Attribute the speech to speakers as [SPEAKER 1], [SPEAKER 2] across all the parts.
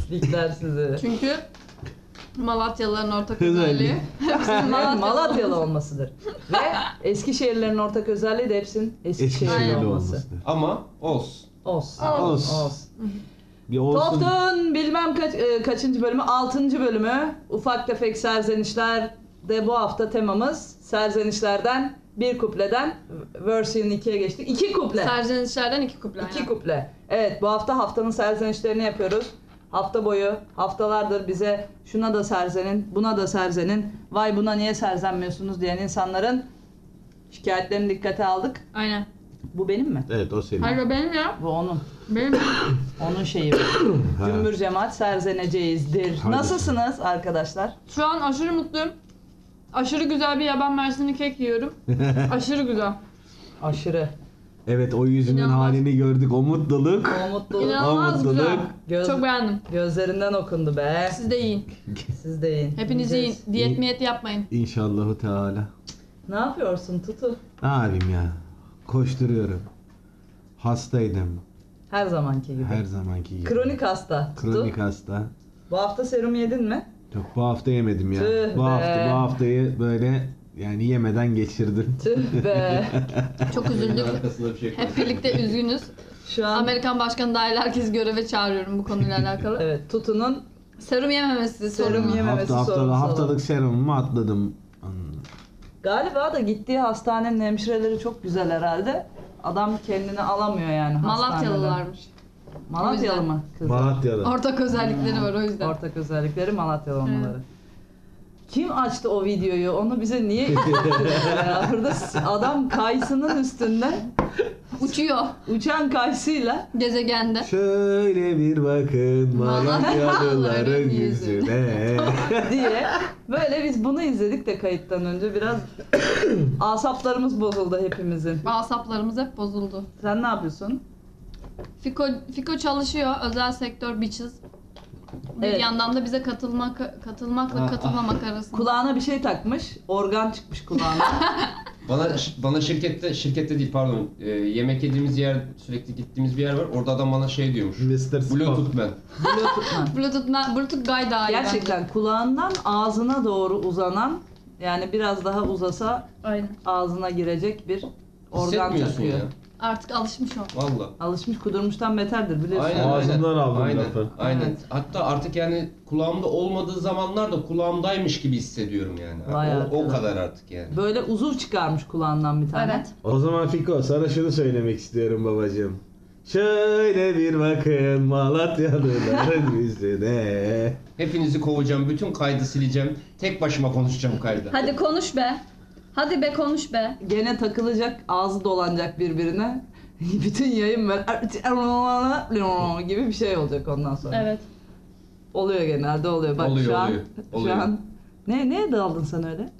[SPEAKER 1] Pislikler sizi.
[SPEAKER 2] Çünkü Malatyalıların ortak özelliği. Hepsinin
[SPEAKER 1] Malatyalı olmasıdır. Ve Eskişehirlerin ortak özelliği de hepsinin Eskişehirli olması.
[SPEAKER 3] Ama olsun.
[SPEAKER 1] Olsun.
[SPEAKER 4] Olsun. Bir olsun.
[SPEAKER 1] Toft'un bilmem kaçıncı bölümü? 6. bölümü. Ufak tefek serzenişler de bu hafta temamız. Serzenişlerden bir kupleden verse'nin 2'ye geçtik. 2 kuple.
[SPEAKER 2] Serzenişlerden 2 kuple.
[SPEAKER 1] 2 kuple. Evet, bu hafta haftanın serzenişlerini yapıyoruz. Hafta boyu, haftalardır bize şuna da serzenin, buna da serzenin, vay buna niye serzenmiyorsunuz diyen insanların şikayetlerini dikkate aldık.
[SPEAKER 2] Aynen.
[SPEAKER 1] Bu benim mi?
[SPEAKER 4] Evet o senin.
[SPEAKER 2] Hayır o benim ya.
[SPEAKER 1] Bu onun.
[SPEAKER 2] Benim.
[SPEAKER 1] Onun şeyi. Cümbür cemaat serzeneceğizdir.
[SPEAKER 4] Hadi.
[SPEAKER 1] Nasılsınız arkadaşlar?
[SPEAKER 2] Şu an aşırı mutluyum. Aşırı güzel bir yaban mersini kek yiyorum. Aşırı güzel.
[SPEAKER 1] Aşırı.
[SPEAKER 4] Evet o yüzünün
[SPEAKER 2] İnanılmaz.
[SPEAKER 4] halini gördük. O mutluluk.
[SPEAKER 1] O mutluluk
[SPEAKER 2] İnanılmaz
[SPEAKER 4] mutluluk.
[SPEAKER 2] güzel. Çok beğendim.
[SPEAKER 1] gözlerinden okundu be.
[SPEAKER 2] Siz de yiyin.
[SPEAKER 1] Siz de yiyin.
[SPEAKER 2] Hepiniz yiyin.
[SPEAKER 1] Yiyeceğiz.
[SPEAKER 2] Diyet miyet yapmayın.
[SPEAKER 4] İnşallahu Teala.
[SPEAKER 1] Ne yapıyorsun Tutu?
[SPEAKER 4] Ne yapayım ya? Koşturuyorum. Hastaydım.
[SPEAKER 1] Her zamanki gibi.
[SPEAKER 4] Her zamanki gibi.
[SPEAKER 1] Kronik hasta. Tutu.
[SPEAKER 4] Kronik hasta.
[SPEAKER 1] Bu hafta serum yedin mi?
[SPEAKER 4] Yok bu hafta yemedim ya.
[SPEAKER 1] Tüh
[SPEAKER 4] Bu
[SPEAKER 1] be.
[SPEAKER 4] haftayı böyle yani yemeden geçirdim.
[SPEAKER 1] Tüh be.
[SPEAKER 2] Çok üzüldük.
[SPEAKER 3] Arkasında bir şey
[SPEAKER 2] Hep birlikte üzgünüz.
[SPEAKER 1] Şu an
[SPEAKER 2] Amerikan başkanı dahil herkesi göreve çağırıyorum bu konuyla alakalı.
[SPEAKER 1] evet Tutu'nun
[SPEAKER 2] Serum yememesi
[SPEAKER 1] Serum
[SPEAKER 2] sorunu.
[SPEAKER 1] yememesi sorumsuz
[SPEAKER 4] Haftalık
[SPEAKER 1] olan.
[SPEAKER 4] serumumu atladım.
[SPEAKER 1] galiba da gittiği hastanenin hemşireleri çok güzel herhalde. Adam kendini alamıyor yani hastaneden.
[SPEAKER 2] Malatyalılarmış.
[SPEAKER 1] Malatyalı
[SPEAKER 2] O yüzden.
[SPEAKER 1] mı kızı?
[SPEAKER 4] Malatya'da.
[SPEAKER 2] Ortak özellikleri var o yüzden.
[SPEAKER 1] Ortak özellikleri Malatyalı olmaları. Kim açtı o videoyu? Onu bize niye izletiyor ya? Burada adam kayısının üstünde
[SPEAKER 2] Uçuyor
[SPEAKER 1] uçan kayısıyla
[SPEAKER 2] gezegende.
[SPEAKER 4] Şöyle bir bakın Malatyalıların yüzüne.
[SPEAKER 1] diye böyle biz bunu izledik de kayıttan önce biraz asaplarımız bozuldu hepimizin.
[SPEAKER 2] Asaplarımız hep bozuldu.
[SPEAKER 1] Sen ne yapıyorsun?
[SPEAKER 2] Fiko çalışıyor. Özel sektör bitches. Bir
[SPEAKER 1] Evet.
[SPEAKER 2] yandan da bize katılmakla katılmamak arasında.
[SPEAKER 1] Kulağına bir şey takmış. Organ çıkmış kulağına.
[SPEAKER 3] Bana şirkette değil pardon, yemek yediğimiz yer, sürekli gittiğimiz bir yer var. Orada adam bana şey diyormuş.
[SPEAKER 4] Mr. Spock.
[SPEAKER 3] Bluetooth man.
[SPEAKER 2] Bluetooth guide daha iyi
[SPEAKER 1] Gerçekten kulağından ağzına doğru uzanan, yani biraz daha uzasa
[SPEAKER 2] bence. Aynen.
[SPEAKER 1] ağzına girecek bir organ
[SPEAKER 3] Hissetmiyorsun
[SPEAKER 1] takıyor.
[SPEAKER 3] ya.
[SPEAKER 2] Artık alışmış o.
[SPEAKER 3] Valla.
[SPEAKER 1] Alışmış kudurmuştan beterdir biliyorsun.
[SPEAKER 3] Aynen,
[SPEAKER 4] Ağzından aldım
[SPEAKER 3] aynen,
[SPEAKER 4] lafı.
[SPEAKER 3] Aynen.
[SPEAKER 1] Evet.
[SPEAKER 3] Hatta artık yani kulağımda olmadığı zamanlarda kulağımdaymış gibi hissediyorum yani.
[SPEAKER 1] Vay
[SPEAKER 3] O
[SPEAKER 1] arkadaş.
[SPEAKER 3] kadar artık yani.
[SPEAKER 1] Böyle uzuv çıkarmış kulağından bir tane.
[SPEAKER 2] Evet.
[SPEAKER 4] O zaman Fiko sana şunu söylemek istiyorum babacığım. Şöyle bir bakın Malatyalıların yüzüne.
[SPEAKER 3] Hepinizi kovacağım, bütün kaydı sileceğim. Tek başıma konuşacağım kaydı.
[SPEAKER 2] Hadi konuş be. Hadi be konuş be.
[SPEAKER 1] Gene takılacak, ağzı dolanacak birbirine. Bütün yayın böyle gibi bir şey olacak ondan sonra.
[SPEAKER 2] Evet.
[SPEAKER 1] Oluyor genelde oluyor. Bak
[SPEAKER 3] Oluyor,
[SPEAKER 1] şu an,
[SPEAKER 3] oluyor.
[SPEAKER 1] şu an neye daldın sen öyle?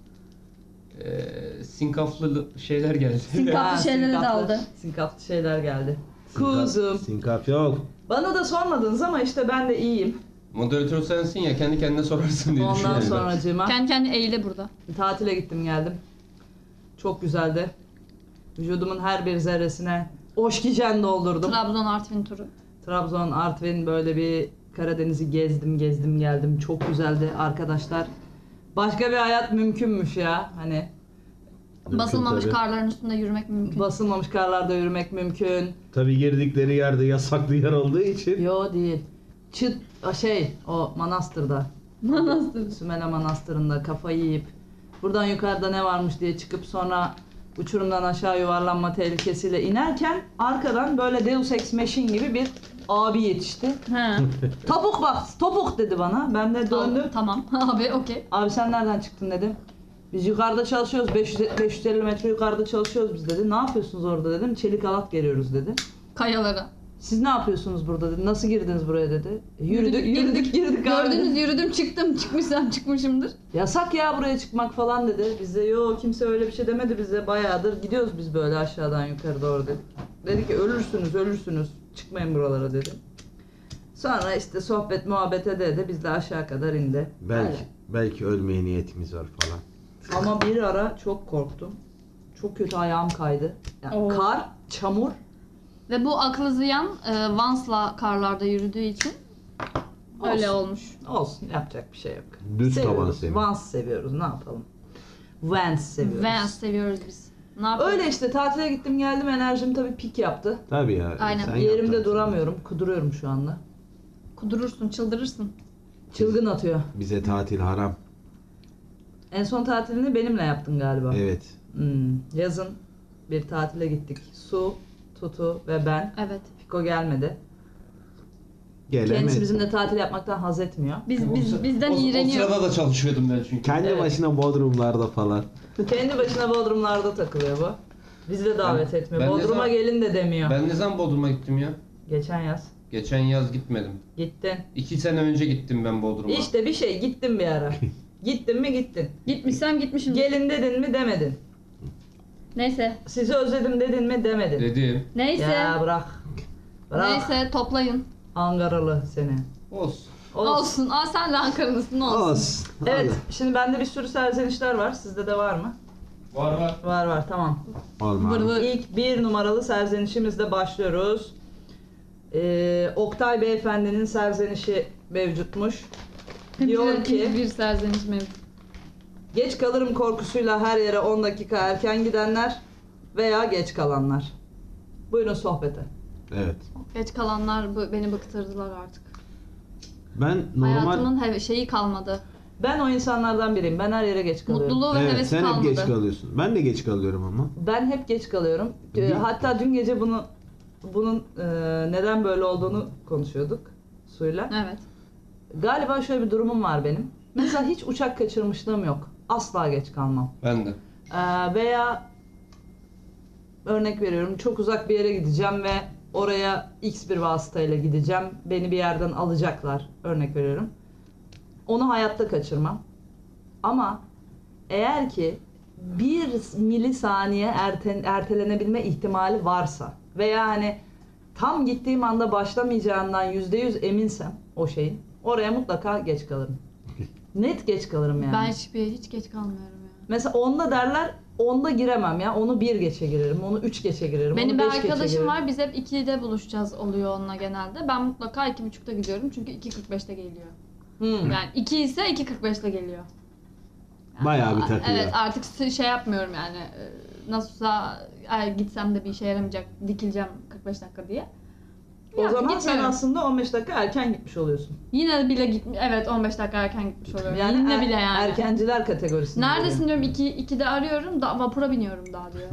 [SPEAKER 3] Sinkaflı şeyler geldi.
[SPEAKER 2] Sinkaflı şeylere daldı.
[SPEAKER 1] Sinkaflı şeyler geldi. Kuzum.
[SPEAKER 4] Sinkaf yok.
[SPEAKER 1] Bana da sormadınız ama işte ben de iyiyim.
[SPEAKER 3] Moderatör sensin ya, kendi kendine sorarsın diye
[SPEAKER 1] Ondan
[SPEAKER 3] düşünüyorum.
[SPEAKER 1] sonracığıma
[SPEAKER 2] Kendi kendine eğile burada.
[SPEAKER 1] tatile gittim geldim. Çok güzeldi. Vücudumun her bir zerresine oşkijen doldurdum.
[SPEAKER 2] Trabzon Artvin turu.
[SPEAKER 1] Trabzon, Artvin böyle bir Karadeniz'i gezdim geldim. Çok güzeldi arkadaşlar. Başka bir hayat mümkünmüş ya. Hani
[SPEAKER 2] Basılmamış
[SPEAKER 4] tabii.
[SPEAKER 2] karların üstünde yürümek mümkün.
[SPEAKER 1] basılmamış karlarda yürümek mümkün.
[SPEAKER 4] Tabii girdikleri yerde yasaklı yer olduğu için.
[SPEAKER 1] Yo değil. O manastırda.
[SPEAKER 2] Manastır.
[SPEAKER 1] Sümele Manastırı'nda kafayı yiyip buradan yukarıda ne varmış diye çıkıp sonra uçurumdan aşağı yuvarlanma tehlikesiyle inerken arkadan böyle Deus Ex Machine gibi bir abi yetişti.
[SPEAKER 2] He.
[SPEAKER 1] Topuk bak, topuk dedi bana. Ben de döndüm.
[SPEAKER 2] Tamam. Abi okey.
[SPEAKER 1] Abi sen nereden çıktın dedim. Biz yukarıda çalışıyoruz. 550 metre yukarıda çalışıyoruz biz dedi. Ne yapıyorsunuz orada dedim. Çelik halat geriyoruz dedi.
[SPEAKER 2] Kayalara.
[SPEAKER 1] Siz ne yapıyorsunuz burada dedi. Nasıl girdiniz buraya dedi. Yürüdük girdik abi.
[SPEAKER 2] Gördünüz yürüdüm çıktım. Çıkmışsam çıkmışımdır.
[SPEAKER 1] Yasak ya buraya çıkmak falan dedi. Bize yo kimse öyle bir şey demedi bize. Bayağıdır gidiyoruz biz böyle aşağıdan yukarı doğru dedik. Dedi ki ölürsünüz. Çıkmayın buralara dedi. Sonra işte sohbet muhabbete de biz de aşağı kadar indi.
[SPEAKER 4] Belki ölmeye niyetimiz var falan.
[SPEAKER 1] Ama bir ara çok korktum. Çok kötü ayağım kaydı. Yani
[SPEAKER 2] Oo.
[SPEAKER 1] kar, çamur.
[SPEAKER 2] Ve bu aklı ziyan Vans'la karlarda yürüdüğü için Öyle
[SPEAKER 1] Olsun.
[SPEAKER 2] olmuş.
[SPEAKER 1] Olsun, yapacak bir şey yok.
[SPEAKER 4] Düz taban
[SPEAKER 1] Seviyoruz.
[SPEAKER 4] seviyorum.
[SPEAKER 1] Vans seviyoruz, ne yapalım. Vans seviyoruz.
[SPEAKER 2] Vans seviyoruz biz. Ne yapalım?
[SPEAKER 1] Öyle işte, tatile gittim geldim, enerjim tabii pik yaptı.
[SPEAKER 4] Tabii ya.
[SPEAKER 2] Aynen.
[SPEAKER 4] sen
[SPEAKER 1] Yerimde
[SPEAKER 4] yapacaksın.
[SPEAKER 1] duramıyorum, kuduruyorum şu anda.
[SPEAKER 2] Kudurursun, çıldırırsın.
[SPEAKER 1] Çılgın atıyor.
[SPEAKER 4] Bize tatil haram.
[SPEAKER 1] En son tatilini benimle yaptın galiba.
[SPEAKER 4] Evet.
[SPEAKER 1] Yazın bir tatile gittik. Su, Tutu ve ben.
[SPEAKER 2] Evet.
[SPEAKER 1] Fiko gelmedi.
[SPEAKER 4] Gelemedi.
[SPEAKER 1] Kendisi bizimle tatil yapmaktan haz etmiyor.
[SPEAKER 2] Bizden
[SPEAKER 3] o
[SPEAKER 2] iğreniyor.
[SPEAKER 3] sırada da çalışıyordum ben çünkü.
[SPEAKER 4] Kendi
[SPEAKER 1] Evet.
[SPEAKER 4] başına bodrumlarda falan.
[SPEAKER 1] Kendi başına Bodrumlarda takılıyor bu. Bizi de davet etmiyor.
[SPEAKER 3] ben ne
[SPEAKER 1] Bodrum'a
[SPEAKER 3] zaman-
[SPEAKER 1] gelin de demiyor.
[SPEAKER 3] Ben ne zaman Bodrum'a gittim ya?
[SPEAKER 1] Geçen yaz.
[SPEAKER 3] Geçen yaz gitmedim.
[SPEAKER 1] Gittin.
[SPEAKER 3] 2 sene önce gittim ben Bodrum'a.
[SPEAKER 1] İşte bir şey, gittin bir ara. Gittin mi gittin.
[SPEAKER 2] Gitmişsem gitmişim.
[SPEAKER 1] Gelin dedin mi demedin.
[SPEAKER 2] Neyse.
[SPEAKER 1] Sizi özledim dedin mi demedin.
[SPEAKER 3] Dedim.
[SPEAKER 2] Neyse.
[SPEAKER 1] Ya bırak. Bırak.
[SPEAKER 2] Neyse toplayın.
[SPEAKER 1] Ankaralı seni.
[SPEAKER 3] Olsun.
[SPEAKER 2] Olsun. Aa sen de Ankaralısın olsun.
[SPEAKER 4] Olsun.
[SPEAKER 1] Evet, şimdi bende bir sürü serzenişler var. Sizde de var mı?
[SPEAKER 3] Var var.
[SPEAKER 1] Var tamam.
[SPEAKER 4] Olmaz.
[SPEAKER 2] Vır vır.
[SPEAKER 1] İlk 1 numaralı serzenişimizle başlıyoruz. Oktay Beyefendi'nin serzenişi mevcutmuş. Diyor ki,
[SPEAKER 2] bir serzeniş mevcut.
[SPEAKER 1] geç kalırım korkusuyla her yere 10 dakika erken gidenler veya geç kalanlar. Buyurun sohbete.
[SPEAKER 4] Evet.
[SPEAKER 2] Geç kalanlar beni bıktırdılar artık.
[SPEAKER 4] Ben normal...
[SPEAKER 2] Hayatımın şeyi kalmadı.
[SPEAKER 1] Ben o insanlardan biriyim. Ben her yere geç kalıyorum.
[SPEAKER 2] Mutluluğu ve
[SPEAKER 4] Evet,
[SPEAKER 2] hevesi
[SPEAKER 4] sen
[SPEAKER 2] kalmadı.
[SPEAKER 4] hep geç kalıyorsun. Ben de geç kalıyorum ama.
[SPEAKER 1] Ben hep geç kalıyorum.
[SPEAKER 4] Bir-
[SPEAKER 1] Hatta dün gece bunun neden böyle olduğunu konuşuyorduk Su'yla.
[SPEAKER 2] Evet.
[SPEAKER 1] Galiba şöyle bir durumum var benim. Mesela hiç uçak kaçırmışlığım yok. Asla geç kalmam.
[SPEAKER 3] Ben de.
[SPEAKER 1] Veya örnek veriyorum, çok uzak bir yere gideceğim ve oraya X bir vasıtayla gideceğim. Beni bir yerden alacaklar. Örnek veriyorum. Onu hayatta kaçırmam. Ama eğer ki bir milisaniye ertelenebilme ihtimali varsa veya hani tam gittiğim anda başlamayacağından %100 eminsem o şeyin, oraya mutlaka geç kalırım. Net geç kalırım yani.
[SPEAKER 2] Ben hiç geç kalmıyorum ya.
[SPEAKER 1] Mesela 10'da derler, 10'da giremem ya. Onu 1 geçe girerim, onu 3 geçe girerim,
[SPEAKER 2] Benim
[SPEAKER 1] onu
[SPEAKER 2] bir
[SPEAKER 1] 5 geçe
[SPEAKER 2] arkadaşım
[SPEAKER 1] girerim.
[SPEAKER 2] var. Biz hep 2'de buluşacağız oluyor onunla genelde. Ben mutlaka 2.30'da gidiyorum çünkü 2.45'te geliyor. Yani 2 ise 2.45'te geliyor. Yani
[SPEAKER 4] Bayağı bir takıyor.
[SPEAKER 2] Evet artık şey yapmıyorum yani. Nasılsa gitsem de bir işe yaramayacak, dikileceğim 45 dakika diye.
[SPEAKER 1] O
[SPEAKER 2] Yani
[SPEAKER 1] zaman sen
[SPEAKER 2] gitmiyorum.
[SPEAKER 1] aslında 15 dakika erken gitmiş oluyorsun.
[SPEAKER 2] Yine bile gitmiş. Evet 15 dakika erken gitmiş oluyorum.
[SPEAKER 1] Yani
[SPEAKER 2] Yine bile yani.
[SPEAKER 1] erkenciler kategorisinde.
[SPEAKER 2] Neredesin diyorum 2'de arıyorum da vapura biniyorum daha diyor.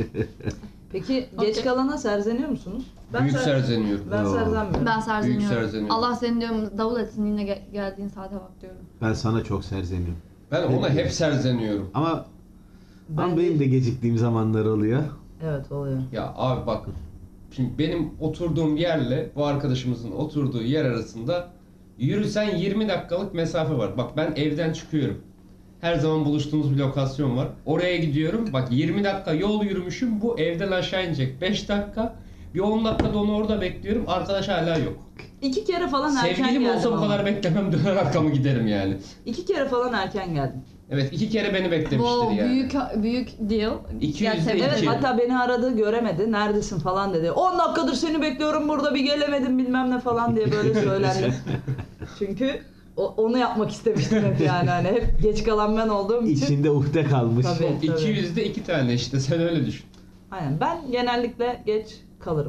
[SPEAKER 1] Peki
[SPEAKER 2] Okey.
[SPEAKER 1] geç kalana serzeniyor musunuz?
[SPEAKER 3] Büyük serzeniyorum.
[SPEAKER 1] Ben
[SPEAKER 4] Yo.
[SPEAKER 1] serzenmiyorum.
[SPEAKER 2] Ben serzeniyorum.
[SPEAKER 3] serzeniyorum.
[SPEAKER 2] Allah seni diyorum davul etsin yine geldiğin saate bak diyorum.
[SPEAKER 4] Ben sana çok serzeniyorum.
[SPEAKER 3] Ben ona hep serzeniyorum.
[SPEAKER 4] Ama
[SPEAKER 1] Ben
[SPEAKER 4] benim de geciktiğim zamanlar oluyor.
[SPEAKER 1] Evet oluyor.
[SPEAKER 3] Ya abi bak. Şimdi benim oturduğum yerle bu arkadaşımızın oturduğu yer arasında yürüsen 20 dakikalık mesafe var. Bak ben evden çıkıyorum. Her zaman buluştuğumuz bir lokasyon var. Oraya gidiyorum. Bak 20 dakika yol yürümüşüm. Bu evden aşağı inecek. 5 dakika. Bir 10 dakikada onu orada bekliyorum. Arkadaş hala yok.
[SPEAKER 1] 2 kere falan erken
[SPEAKER 3] Sevgilim
[SPEAKER 1] geldim
[SPEAKER 3] olsa bu
[SPEAKER 1] ama.
[SPEAKER 3] kadar beklemem. Döner arkamı giderim yani.
[SPEAKER 1] 2 kere falan erken geldim.
[SPEAKER 3] Evet 2 kere beni beklemiştir
[SPEAKER 2] Wow,
[SPEAKER 3] yani.
[SPEAKER 2] büyük deal.
[SPEAKER 3] 200'de
[SPEAKER 2] Gerçekten.
[SPEAKER 1] Evet,
[SPEAKER 3] İki.
[SPEAKER 1] hatta beni aradı, göremedi. Neredesin falan dedi. 10 dakikadır seni bekliyorum burada, bir gelemedim bilmem ne falan diye böyle söylendi. Çünkü onu yapmak istemiştim hep yani. Hani hep geç kalan ben olduğum için.
[SPEAKER 4] İçinde uhde kalmış.
[SPEAKER 1] Tabii.
[SPEAKER 3] 200'de 2 tane işte sen öyle düşün.
[SPEAKER 1] Aynen. Ben genellikle geç kalırım.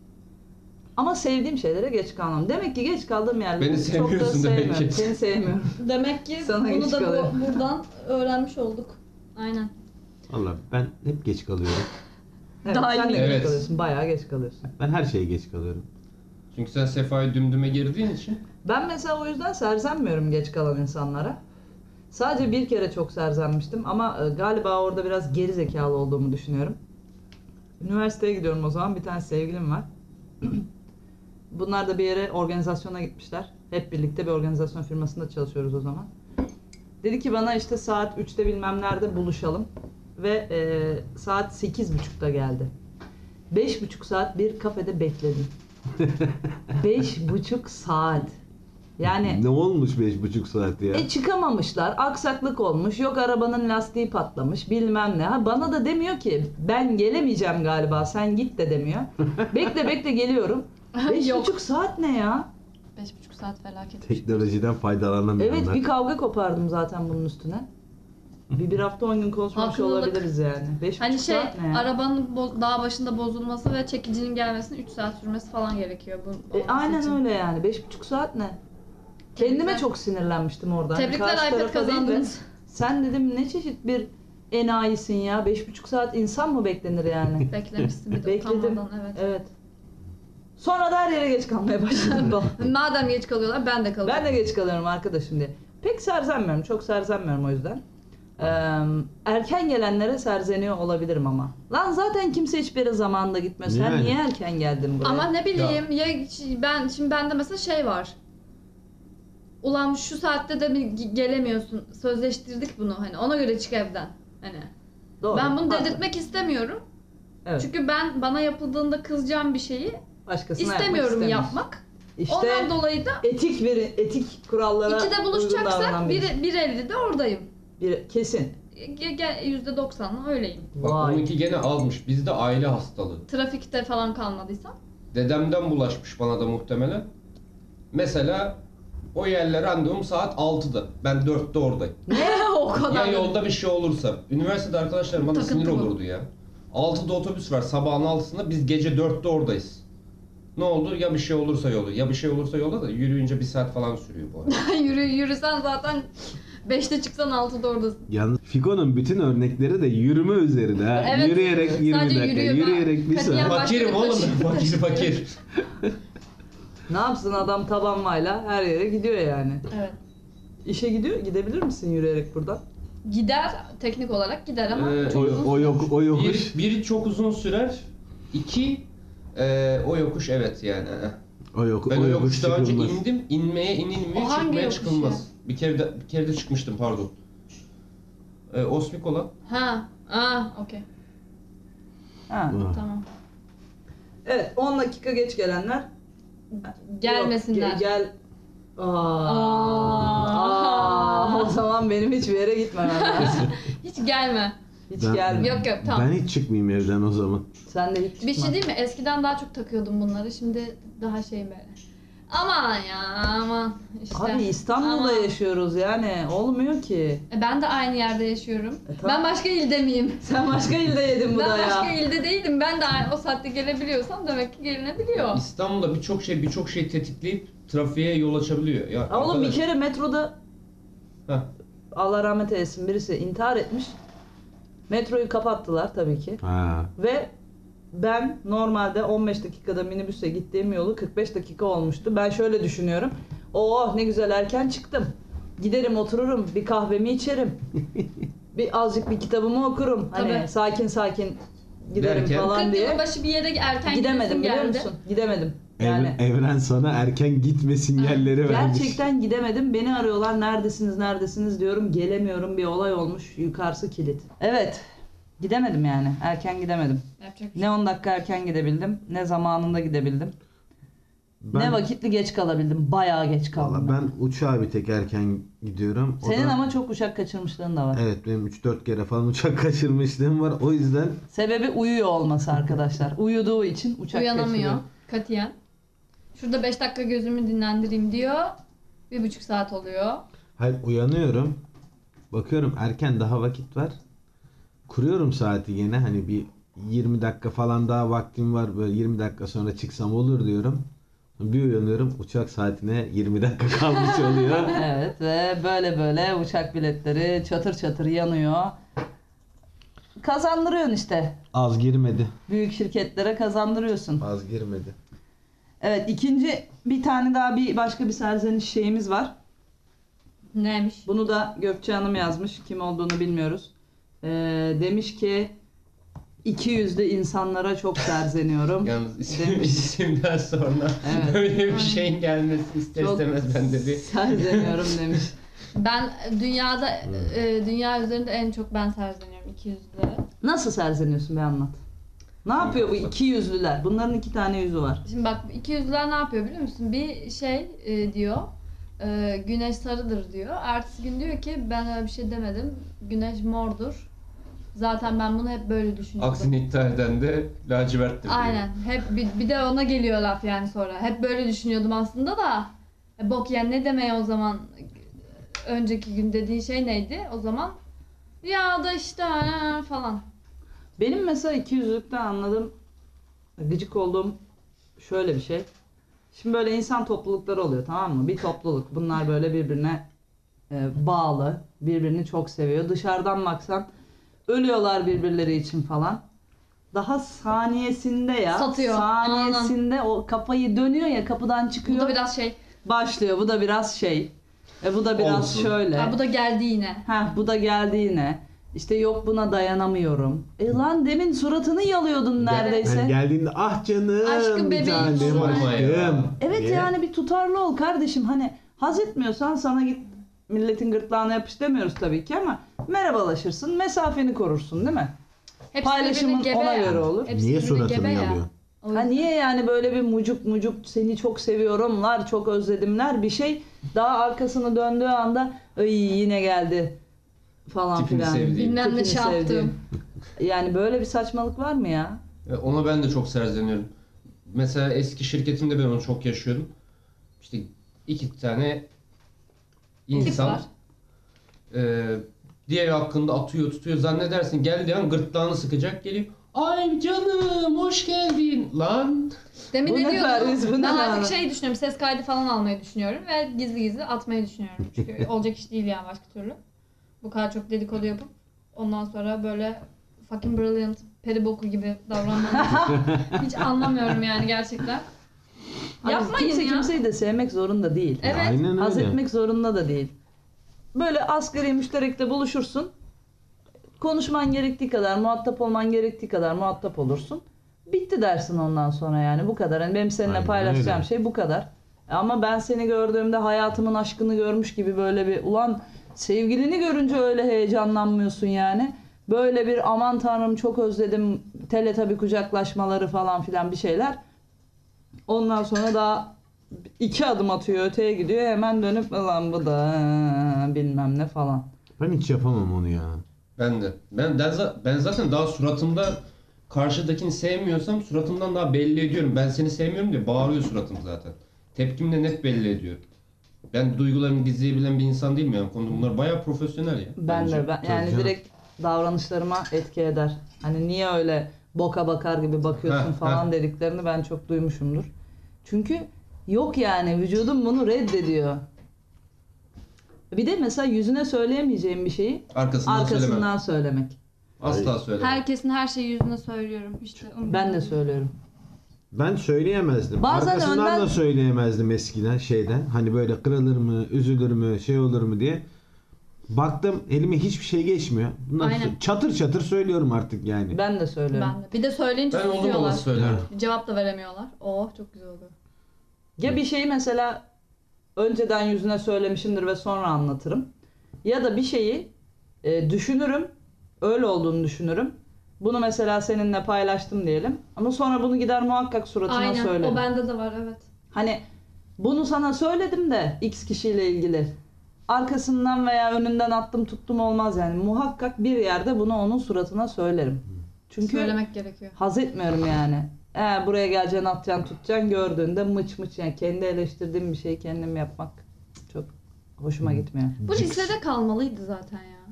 [SPEAKER 1] Ama sevdiğim şeylere geç kalmam. Demek ki geç kaldığım yerleri
[SPEAKER 3] Beni
[SPEAKER 1] çok da
[SPEAKER 3] sevmiyorsun demek
[SPEAKER 1] sevmiyorum.
[SPEAKER 3] ki.
[SPEAKER 1] Seni sevmiyorum.
[SPEAKER 2] Demek ki
[SPEAKER 1] Sana
[SPEAKER 2] bunu
[SPEAKER 1] geç
[SPEAKER 2] da
[SPEAKER 1] kalıyorum.
[SPEAKER 2] buradan öğrenmiş olduk. Aynen.
[SPEAKER 4] Vallahi ben hep geç kalıyorum.
[SPEAKER 1] Evet,
[SPEAKER 2] Daha
[SPEAKER 1] sen de
[SPEAKER 2] iyi.
[SPEAKER 1] geç
[SPEAKER 3] Evet.
[SPEAKER 1] kalıyorsun. Bayağı geç kalıyorsun.
[SPEAKER 4] Ben her şeye geç kalıyorum.
[SPEAKER 3] Çünkü sen Sefa'yı dümdüme girdiğin için.
[SPEAKER 1] Ben mesela o yüzden serzenmiyorum geç kalan insanlara. Sadece bir kere çok serzenmiştim ama galiba orada biraz geri zekalı olduğumu düşünüyorum. Üniversiteye gidiyorum o zaman. Bir tane sevgilim var. Bunlar da bir yere organizasyona gitmişler. Hep birlikte bir organizasyon firmasında çalışıyoruz o zaman. Dedi ki bana işte saat 3'te bilmem nerede buluşalım. Ve saat 8.30'da geldi. 5,5 saat bir kafede bekledim. 5,5 saat. Yani
[SPEAKER 4] Ne olmuş 5,5 saat ya?
[SPEAKER 1] çıkamamışlar, aksaklık olmuş, yok arabanın lastiği patlamış, bilmem ne. Ha, bana da demiyor ki ben gelemeyeceğim galiba, sen git de demiyor. Bekle geliyorum. 5,5 saat ne ya?
[SPEAKER 2] 5,5 saat felaket. şey.
[SPEAKER 4] Teknolojiden faydalanamıyorlar.
[SPEAKER 1] Evet, bir kavga kopardım zaten bunun üstüne. Bir hafta 10 gün konuşmamış
[SPEAKER 2] Haklılık.
[SPEAKER 1] olabiliriz yani. 5,5
[SPEAKER 2] Hani
[SPEAKER 1] saat ne ya?
[SPEAKER 2] arabanın dağ başında bozulması ve çekicinin gelmesine 3 saat sürmesi falan gerekiyor bu olması
[SPEAKER 1] Aynen
[SPEAKER 2] için.
[SPEAKER 1] öyle yani. 5,5 saat ne? Kendime
[SPEAKER 2] Tebrikler.
[SPEAKER 1] çok sinirlenmiştim orada. Hani
[SPEAKER 2] Tebrikler,
[SPEAKER 1] karşı
[SPEAKER 2] iPad
[SPEAKER 1] tarafa değil de,
[SPEAKER 2] kazandınız.
[SPEAKER 1] sen dedim ne çeşit bir enayisin ya. 5,5 saat insan mı beklenir yani?
[SPEAKER 2] Beklemişsin bir de
[SPEAKER 1] Bekledim.
[SPEAKER 2] utanmadan, evet.
[SPEAKER 1] Evet. Sonra da her yere geç kalmaya başladım falan.
[SPEAKER 2] Madem geç kalıyorlar ben de kalacağım.
[SPEAKER 1] Ben de geç kalıyorum arkadaşım diye. Pek serzenmiyorum. Çok serzenmiyorum o yüzden. Erken gelenlere serzeniyor olabilirim ama. Lan zaten kimse hiçbir yere zamanında gitmez. Sen
[SPEAKER 4] Yani.
[SPEAKER 1] niye erken geldin buraya?
[SPEAKER 2] Ama ne bileyim ben şimdi bende mesela şey var. Ulan şu saatte de mi gelemiyorsun? Sözleştirdik bunu hani ona göre çık evden. Hani
[SPEAKER 1] Doğru,
[SPEAKER 2] ben bunu
[SPEAKER 1] haklı.
[SPEAKER 2] dedirtmek istemiyorum.
[SPEAKER 1] Evet.
[SPEAKER 2] Çünkü ben bana yapıldığında kızacağım bir şeyi
[SPEAKER 1] Başkasına
[SPEAKER 2] istemiyorum
[SPEAKER 1] yapmak.
[SPEAKER 2] yapmak.
[SPEAKER 1] İşte
[SPEAKER 2] Ondan dolayı da
[SPEAKER 1] etik kurallara
[SPEAKER 2] 2'de
[SPEAKER 1] uygun
[SPEAKER 2] buluşacaksak
[SPEAKER 1] davranan birisi.
[SPEAKER 2] 1.50'de oradayım.
[SPEAKER 1] Kesin.
[SPEAKER 2] %90'la öyleyim.
[SPEAKER 3] Bak
[SPEAKER 1] Vay.
[SPEAKER 3] 12 gene azmış. Bizde aile hastalığı.
[SPEAKER 2] Trafikte falan kalmadıysam.
[SPEAKER 3] Dedemden bulaşmış bana da muhtemelen. Mesela o yerlere randevum saat 6'da. Ben 4'te oradayım.
[SPEAKER 2] O kadar.
[SPEAKER 3] Ya yolda bir şey olursa. Üniversitede arkadaşlarım bana
[SPEAKER 2] Takıntı
[SPEAKER 3] sinir
[SPEAKER 2] bu.
[SPEAKER 3] olurdu ya. 6'da otobüs var sabahın 6'sında biz gece 4'te oradayız. Ne oldu? Ya bir şey olursa yolda. Ya bir şey olursa yolda da yürüyünce 1 saat falan sürüyor bu arada.
[SPEAKER 2] Yürüsen zaten 5'te çıksan 6'da oradasın.
[SPEAKER 4] Yalnız Fiko'nun bütün örnekleri de yürüme üzerine ha.
[SPEAKER 2] Evet.
[SPEAKER 4] Yürüyerek 20
[SPEAKER 2] Sadece
[SPEAKER 4] dakika,
[SPEAKER 2] yürüyor.
[SPEAKER 4] yürüyerek bir
[SPEAKER 2] Katiyen
[SPEAKER 4] saat.
[SPEAKER 2] bak-
[SPEAKER 3] Fakirim oğlum ben. Fakir.
[SPEAKER 1] Ne yapsın adam tabanmayla her yere gidiyor yani.
[SPEAKER 2] Evet.
[SPEAKER 1] İşe gidebilir misin yürüyerek buradan?
[SPEAKER 2] Gider, teknik olarak gider ama çok uzun.
[SPEAKER 4] O yokuş.
[SPEAKER 3] Bir çok uzun sürer. 2 o yokuş evet yani.
[SPEAKER 4] O yokuş.
[SPEAKER 3] Ben o yokuşta önce
[SPEAKER 4] çıkılmaz.
[SPEAKER 3] indim. İnmeye inilmiyor,
[SPEAKER 2] O hangi
[SPEAKER 3] çıkmaya
[SPEAKER 2] yokuş
[SPEAKER 3] çıkılmaz. Bir kere de çıkmıştım pardon. Osmikola.
[SPEAKER 2] Okey.
[SPEAKER 1] Ha.
[SPEAKER 4] Ah.
[SPEAKER 2] Tamam.
[SPEAKER 1] Evet, 10 dakika geç gelenler
[SPEAKER 2] Gelmesinler.
[SPEAKER 1] Yok, gel. O zaman benim hiçbir yere gitmemem lazım.
[SPEAKER 2] Hiç gelme.
[SPEAKER 1] Hiç
[SPEAKER 4] Ben-
[SPEAKER 1] gelme.
[SPEAKER 2] Yok tamam.
[SPEAKER 4] Ben hiç çıkmayayım evden o zaman.
[SPEAKER 1] Sen de hiç çıkma.
[SPEAKER 2] Bir şey değil mi? Eskiden daha çok takıyordum bunları. Şimdi daha şey böyle. Aman ya aman işte.
[SPEAKER 1] Abi İstanbul'da
[SPEAKER 2] Aman.
[SPEAKER 1] yaşıyoruz yani. Olmuyor ki.
[SPEAKER 2] Ben de aynı yerde yaşıyorum.
[SPEAKER 1] Tamam.
[SPEAKER 2] Ben başka ilde miyim?
[SPEAKER 1] Sen başka ilde yedin bu
[SPEAKER 2] Ben
[SPEAKER 1] da
[SPEAKER 2] başka
[SPEAKER 1] ya.
[SPEAKER 2] ilde değilim. Ben de o saatte gelebiliyorsam demek ki gelinebiliyor.
[SPEAKER 3] İstanbul'da birçok şey tetikleyip trafiğe yol açabiliyor. Ya
[SPEAKER 1] Ha oğlum bir
[SPEAKER 3] arkadaş-
[SPEAKER 1] kere metroda
[SPEAKER 3] Heh.
[SPEAKER 1] Allah rahmet eylesin birisi intihar etmiş. Metroyu kapattılar tabii ki.
[SPEAKER 4] Ha.
[SPEAKER 1] Ve ben normalde 15 dakikada minibüse gittiğim yolu 45 dakika olmuştu. Ben şöyle düşünüyorum. Oh ne güzel erken çıktım. Giderim otururum bir kahvemi içerim. Azıcık bir kitabımı okurum. Hani
[SPEAKER 2] Tabii.
[SPEAKER 1] sakin sakin giderim
[SPEAKER 3] Derken?
[SPEAKER 1] falan
[SPEAKER 2] 40
[SPEAKER 1] diye.
[SPEAKER 2] yılın başı bir yere erken
[SPEAKER 1] Gidemedim
[SPEAKER 2] gidesim
[SPEAKER 1] biliyor
[SPEAKER 2] geldi.
[SPEAKER 1] musun? Gidemedim. Yani
[SPEAKER 4] Evren sana erken gitme sinyalleri vermiş.
[SPEAKER 1] gerçekten gidemedim. Beni arıyorlar. Neredesiniz diyorum. Gelemiyorum. Bir olay olmuş. Yukarısı kilit. Evet. Gidemedim yani. Erken gidemedim.
[SPEAKER 2] Yapacak bir şey
[SPEAKER 1] Ne 10 dakika erken gidebildim, ne zamanında gidebildim. Ne
[SPEAKER 4] Ben,
[SPEAKER 1] vakitli geç kalabildim. Bayağı geç kaldım.
[SPEAKER 4] Valla ben uçağa bir tek erken gidiyorum. O
[SPEAKER 1] Senin
[SPEAKER 4] da-
[SPEAKER 1] ama çok uçak kaçırmışlığın da var.
[SPEAKER 4] Evet benim 3-4 kere falan uçak kaçırmışlığım var. O yüzden
[SPEAKER 1] Sebebi uyuyor olması arkadaşlar. Uyuduğu için uçak
[SPEAKER 2] Uyanamıyor
[SPEAKER 1] kaçırıyor.
[SPEAKER 2] katiyen. Şurada 5 dakika gözümü dinlendireyim diyor. 1,5 saat oluyor.
[SPEAKER 4] hayır uyanıyorum. Bakıyorum erken daha vakit var. Kuruyorum saati yine hani bir 20 dakika falan daha vaktim var. Böyle 20 dakika sonra çıksam olur diyorum. Bir uyanıyorum uçak saatine 20 dakika kalmış oluyor.
[SPEAKER 1] Evet ve böyle uçak biletleri çatır çatır yanıyor. Kazandırıyorsun işte.
[SPEAKER 4] Az girmedi.
[SPEAKER 1] Büyük şirketlere kazandırıyorsun.
[SPEAKER 4] Az girmedi.
[SPEAKER 1] Evet ikinci bir tane daha başka bir serzeniş şeyimiz var.
[SPEAKER 2] Neymiş?
[SPEAKER 1] Bunu da Gökçe Hanım yazmış. Kim olduğunu bilmiyoruz. Demiş ki 200'lü insanlara çok serzeniyorum.
[SPEAKER 3] Yalnız
[SPEAKER 1] Demiş.
[SPEAKER 3] isimden sonra
[SPEAKER 1] Evet.
[SPEAKER 3] böyle bir şeyin gelmesi ister
[SPEAKER 1] Çok
[SPEAKER 3] istemez bende bir...
[SPEAKER 1] Serzeniyorum demiş.
[SPEAKER 2] Ben dünyada dünya üzerinde en çok ben serzeniyorum 200'lere.
[SPEAKER 1] Nasıl serzeniyorsun bir anlat. Ne yapıyor bu 200'lüler? Bunların 2 tane yüzü var.
[SPEAKER 2] Şimdi bak 200'ler ne yapıyor biliyor musun? Bir şey diyor. Güneş sarıdır diyor. Ertesi gün diyor ki ben öyle bir şey demedim. Güneş mordur. Zaten ben bunu hep böyle düşünüyordum.
[SPEAKER 3] Aksini iddia eden de laciverttir diyor.
[SPEAKER 2] Aynen. Hep bir de ona geliyor laf yani sonra. Hep böyle düşünüyordum aslında da Bok yani ne demeye o zaman önceki gün dediğin şey neydi o zaman? Ya da işte falan.
[SPEAKER 1] Benim mesela ikiyüzlülükten anladığım, gıcık olduğum şöyle bir şey. Şimdi böyle insan toplulukları oluyor, tamam mı? Bir topluluk. Bunlar böyle birbirine bağlı. Birbirini çok seviyor. Dışarıdan baksan ölüyorlar birbirleri için falan. Daha saniyesinde ya.
[SPEAKER 2] Satıyor.
[SPEAKER 1] Saniyesinde o kafayı dönüyor ya, kapıdan
[SPEAKER 2] Bu
[SPEAKER 1] çıkıyor.
[SPEAKER 2] da biraz şey.
[SPEAKER 1] Başlıyor. Bu da biraz şey. Bu da biraz
[SPEAKER 3] Olsun.
[SPEAKER 1] şöyle.
[SPEAKER 2] Bu da geldi yine.
[SPEAKER 1] Bu da geldi yine. İşte yok buna dayanamıyorum. Lan demin suratını yalıyordun neredeyse.
[SPEAKER 4] Yani geldiğinde ah canım,
[SPEAKER 2] Aşkım
[SPEAKER 4] bir
[SPEAKER 2] bebeğim.
[SPEAKER 4] tanem
[SPEAKER 3] Sorma ya.
[SPEAKER 4] aşkım.
[SPEAKER 1] Evet
[SPEAKER 4] diye.
[SPEAKER 1] yani bir tutarlı ol kardeşim. Hani haz etmiyorsan sana git milletin gırtlağına yapış demiyoruz tabii ki ama merhabalaşırsın, mesafeni korursun değil mi?
[SPEAKER 2] Hepsi
[SPEAKER 1] Paylaşımın
[SPEAKER 2] birbirine gebe
[SPEAKER 1] ona
[SPEAKER 2] ya.
[SPEAKER 1] göre olur.
[SPEAKER 2] Hepsi
[SPEAKER 4] Niye
[SPEAKER 2] birbirine
[SPEAKER 4] suratını
[SPEAKER 2] gebe ya.
[SPEAKER 4] yalıyor?
[SPEAKER 2] O yüzden.
[SPEAKER 1] Niye yani böyle bir mucuk mucuk seni çok seviyorumlar, çok özledimler bir şey daha arkasını döndüğü anda yine geldi falan
[SPEAKER 3] Tipini
[SPEAKER 1] filan.
[SPEAKER 3] sevdiğim.
[SPEAKER 2] Bilmem ne
[SPEAKER 1] Tipini
[SPEAKER 2] şey yaptım.
[SPEAKER 1] sevdiğim. Yani böyle bir saçmalık var mı ya?
[SPEAKER 3] Ona ben de çok serzeniyorum. Mesela eski şirketimde ben onu çok yaşıyordum. İşte 2 tane insan
[SPEAKER 2] var.
[SPEAKER 3] diğeri hakkında atıyor tutuyor, zannedersin geldiği an gırtlağını sıkacak, geliyor. Ay canım hoş geldin lan.
[SPEAKER 2] Demin
[SPEAKER 1] Bu
[SPEAKER 2] ne
[SPEAKER 1] ne
[SPEAKER 2] diyordum?
[SPEAKER 1] Paris, bu ne
[SPEAKER 2] Ben
[SPEAKER 1] yani?
[SPEAKER 2] artık şey düşünüyorum, ses kaydı falan almayı düşünüyorum ve gizli gizli atmayı düşünüyorum. Çünkü olacak iş değil yani başka türlü. Bu kadar çok dedikodu yapıp ondan sonra böyle fucking brilliant, peri boku gibi davranmanı hiç anlamıyorum yani gerçekten.
[SPEAKER 1] Abi
[SPEAKER 2] Yapmayın
[SPEAKER 1] kimse
[SPEAKER 2] ya.
[SPEAKER 1] kimseyi de sevmek zorunda değil.
[SPEAKER 2] Evet.
[SPEAKER 4] Aynen
[SPEAKER 1] Haz
[SPEAKER 4] öyle.
[SPEAKER 1] etmek zorunda da değil. Böyle asgari müşterekle buluşursun. Konuşman gerektiği kadar, muhatap olman gerektiği kadar muhatap olursun. Bitti dersin ondan sonra yani bu kadar. Yani benim seninle
[SPEAKER 4] Aynen
[SPEAKER 1] paylaşacağım
[SPEAKER 4] öyle.
[SPEAKER 1] şey bu kadar. Ama ben seni gördüğümde hayatımın aşkını görmüş gibi böyle bir ulan sevgilini görünce öyle heyecanlanmıyorsun yani. Böyle bir aman tanrım çok özledim teletabi kucaklaşmaları falan filan bir şeyler. Ondan sonra daha 2 adım atıyor öteye gidiyor hemen dönüp lan bu da bilmem ne falan.
[SPEAKER 4] Ben hiç yapamam onu ya.
[SPEAKER 3] Ben de. Ben zaten daha suratımda karşıdakini sevmiyorsam suratımdan daha belli ediyorum. Ben seni sevmiyorum diye bağırıyor suratım zaten. Tepkimle net belli ediyor. Ben duygularımı gizleyebilen bir insan değilim yani. Konuda bunlar bayağı profesyonel ya.
[SPEAKER 1] Ben
[SPEAKER 3] bence.
[SPEAKER 1] de ben yani
[SPEAKER 4] canım.
[SPEAKER 1] direkt davranışlarıma etki eder. Hani niye öyle boka bakar gibi bakıyorsun
[SPEAKER 3] Heh,
[SPEAKER 1] falan dediklerini ben çok duymuşumdur. Çünkü yok yani vücudum bunu reddediyor. Bir de mesela yüzüne söyleyemeyeceğim bir şeyi
[SPEAKER 3] Arkasından söylemem.
[SPEAKER 1] arkasından söylemek.
[SPEAKER 3] Asla söylemem.
[SPEAKER 2] Herkesin her şeyi yüzüne söylüyorum. İşte
[SPEAKER 1] Ben de söylüyorum.
[SPEAKER 4] Ben söyleyemezdim.
[SPEAKER 1] Bazen
[SPEAKER 4] Arkasından
[SPEAKER 1] önden-
[SPEAKER 4] da söyleyemezdim eskiden şeyden. Hani böyle kırılır mı, üzülür mü, şey olur mu diye. Baktım elime hiçbir şey geçmiyor. Bundan
[SPEAKER 2] Aynen.
[SPEAKER 4] çatır çatır söylüyorum artık yani.
[SPEAKER 1] Ben de söylüyorum.
[SPEAKER 2] Ben de. Bir de söyleyince
[SPEAKER 3] Ben oldum
[SPEAKER 2] susuyorlar.
[SPEAKER 3] olası söylerim.
[SPEAKER 2] Bir cevap da veremiyorlar. Oh çok güzel oluyor.
[SPEAKER 1] Ya bir şeyi mesela önceden yüzüne söylemişimdir ve sonra anlatırım. Ya da bir şeyi düşünürüm. Öyle olduğunu düşünürüm. Bunu mesela seninle paylaştım diyelim. Ama sonra bunu gider muhakkak suratına
[SPEAKER 2] Aynen.
[SPEAKER 1] söylerim.
[SPEAKER 2] O bende de var evet.
[SPEAKER 1] Hani bunu sana söyledim de X kişiyle ilgili. Arkasından veya önünden attım tuttum olmaz yani. Muhakkak bir yerde bunu onun suratına söylerim. Çünkü
[SPEAKER 2] Söylemek gerekiyor.
[SPEAKER 1] haz etmiyorum yani. Buraya geleceksin, atacaksın, tutacaksın gördüğünde mıç mıç yani kendi eleştirdiğim bir şeyi kendim yapmak çok hoşuma gitmiyor.
[SPEAKER 2] Bu lisede kalmalıydı zaten ya.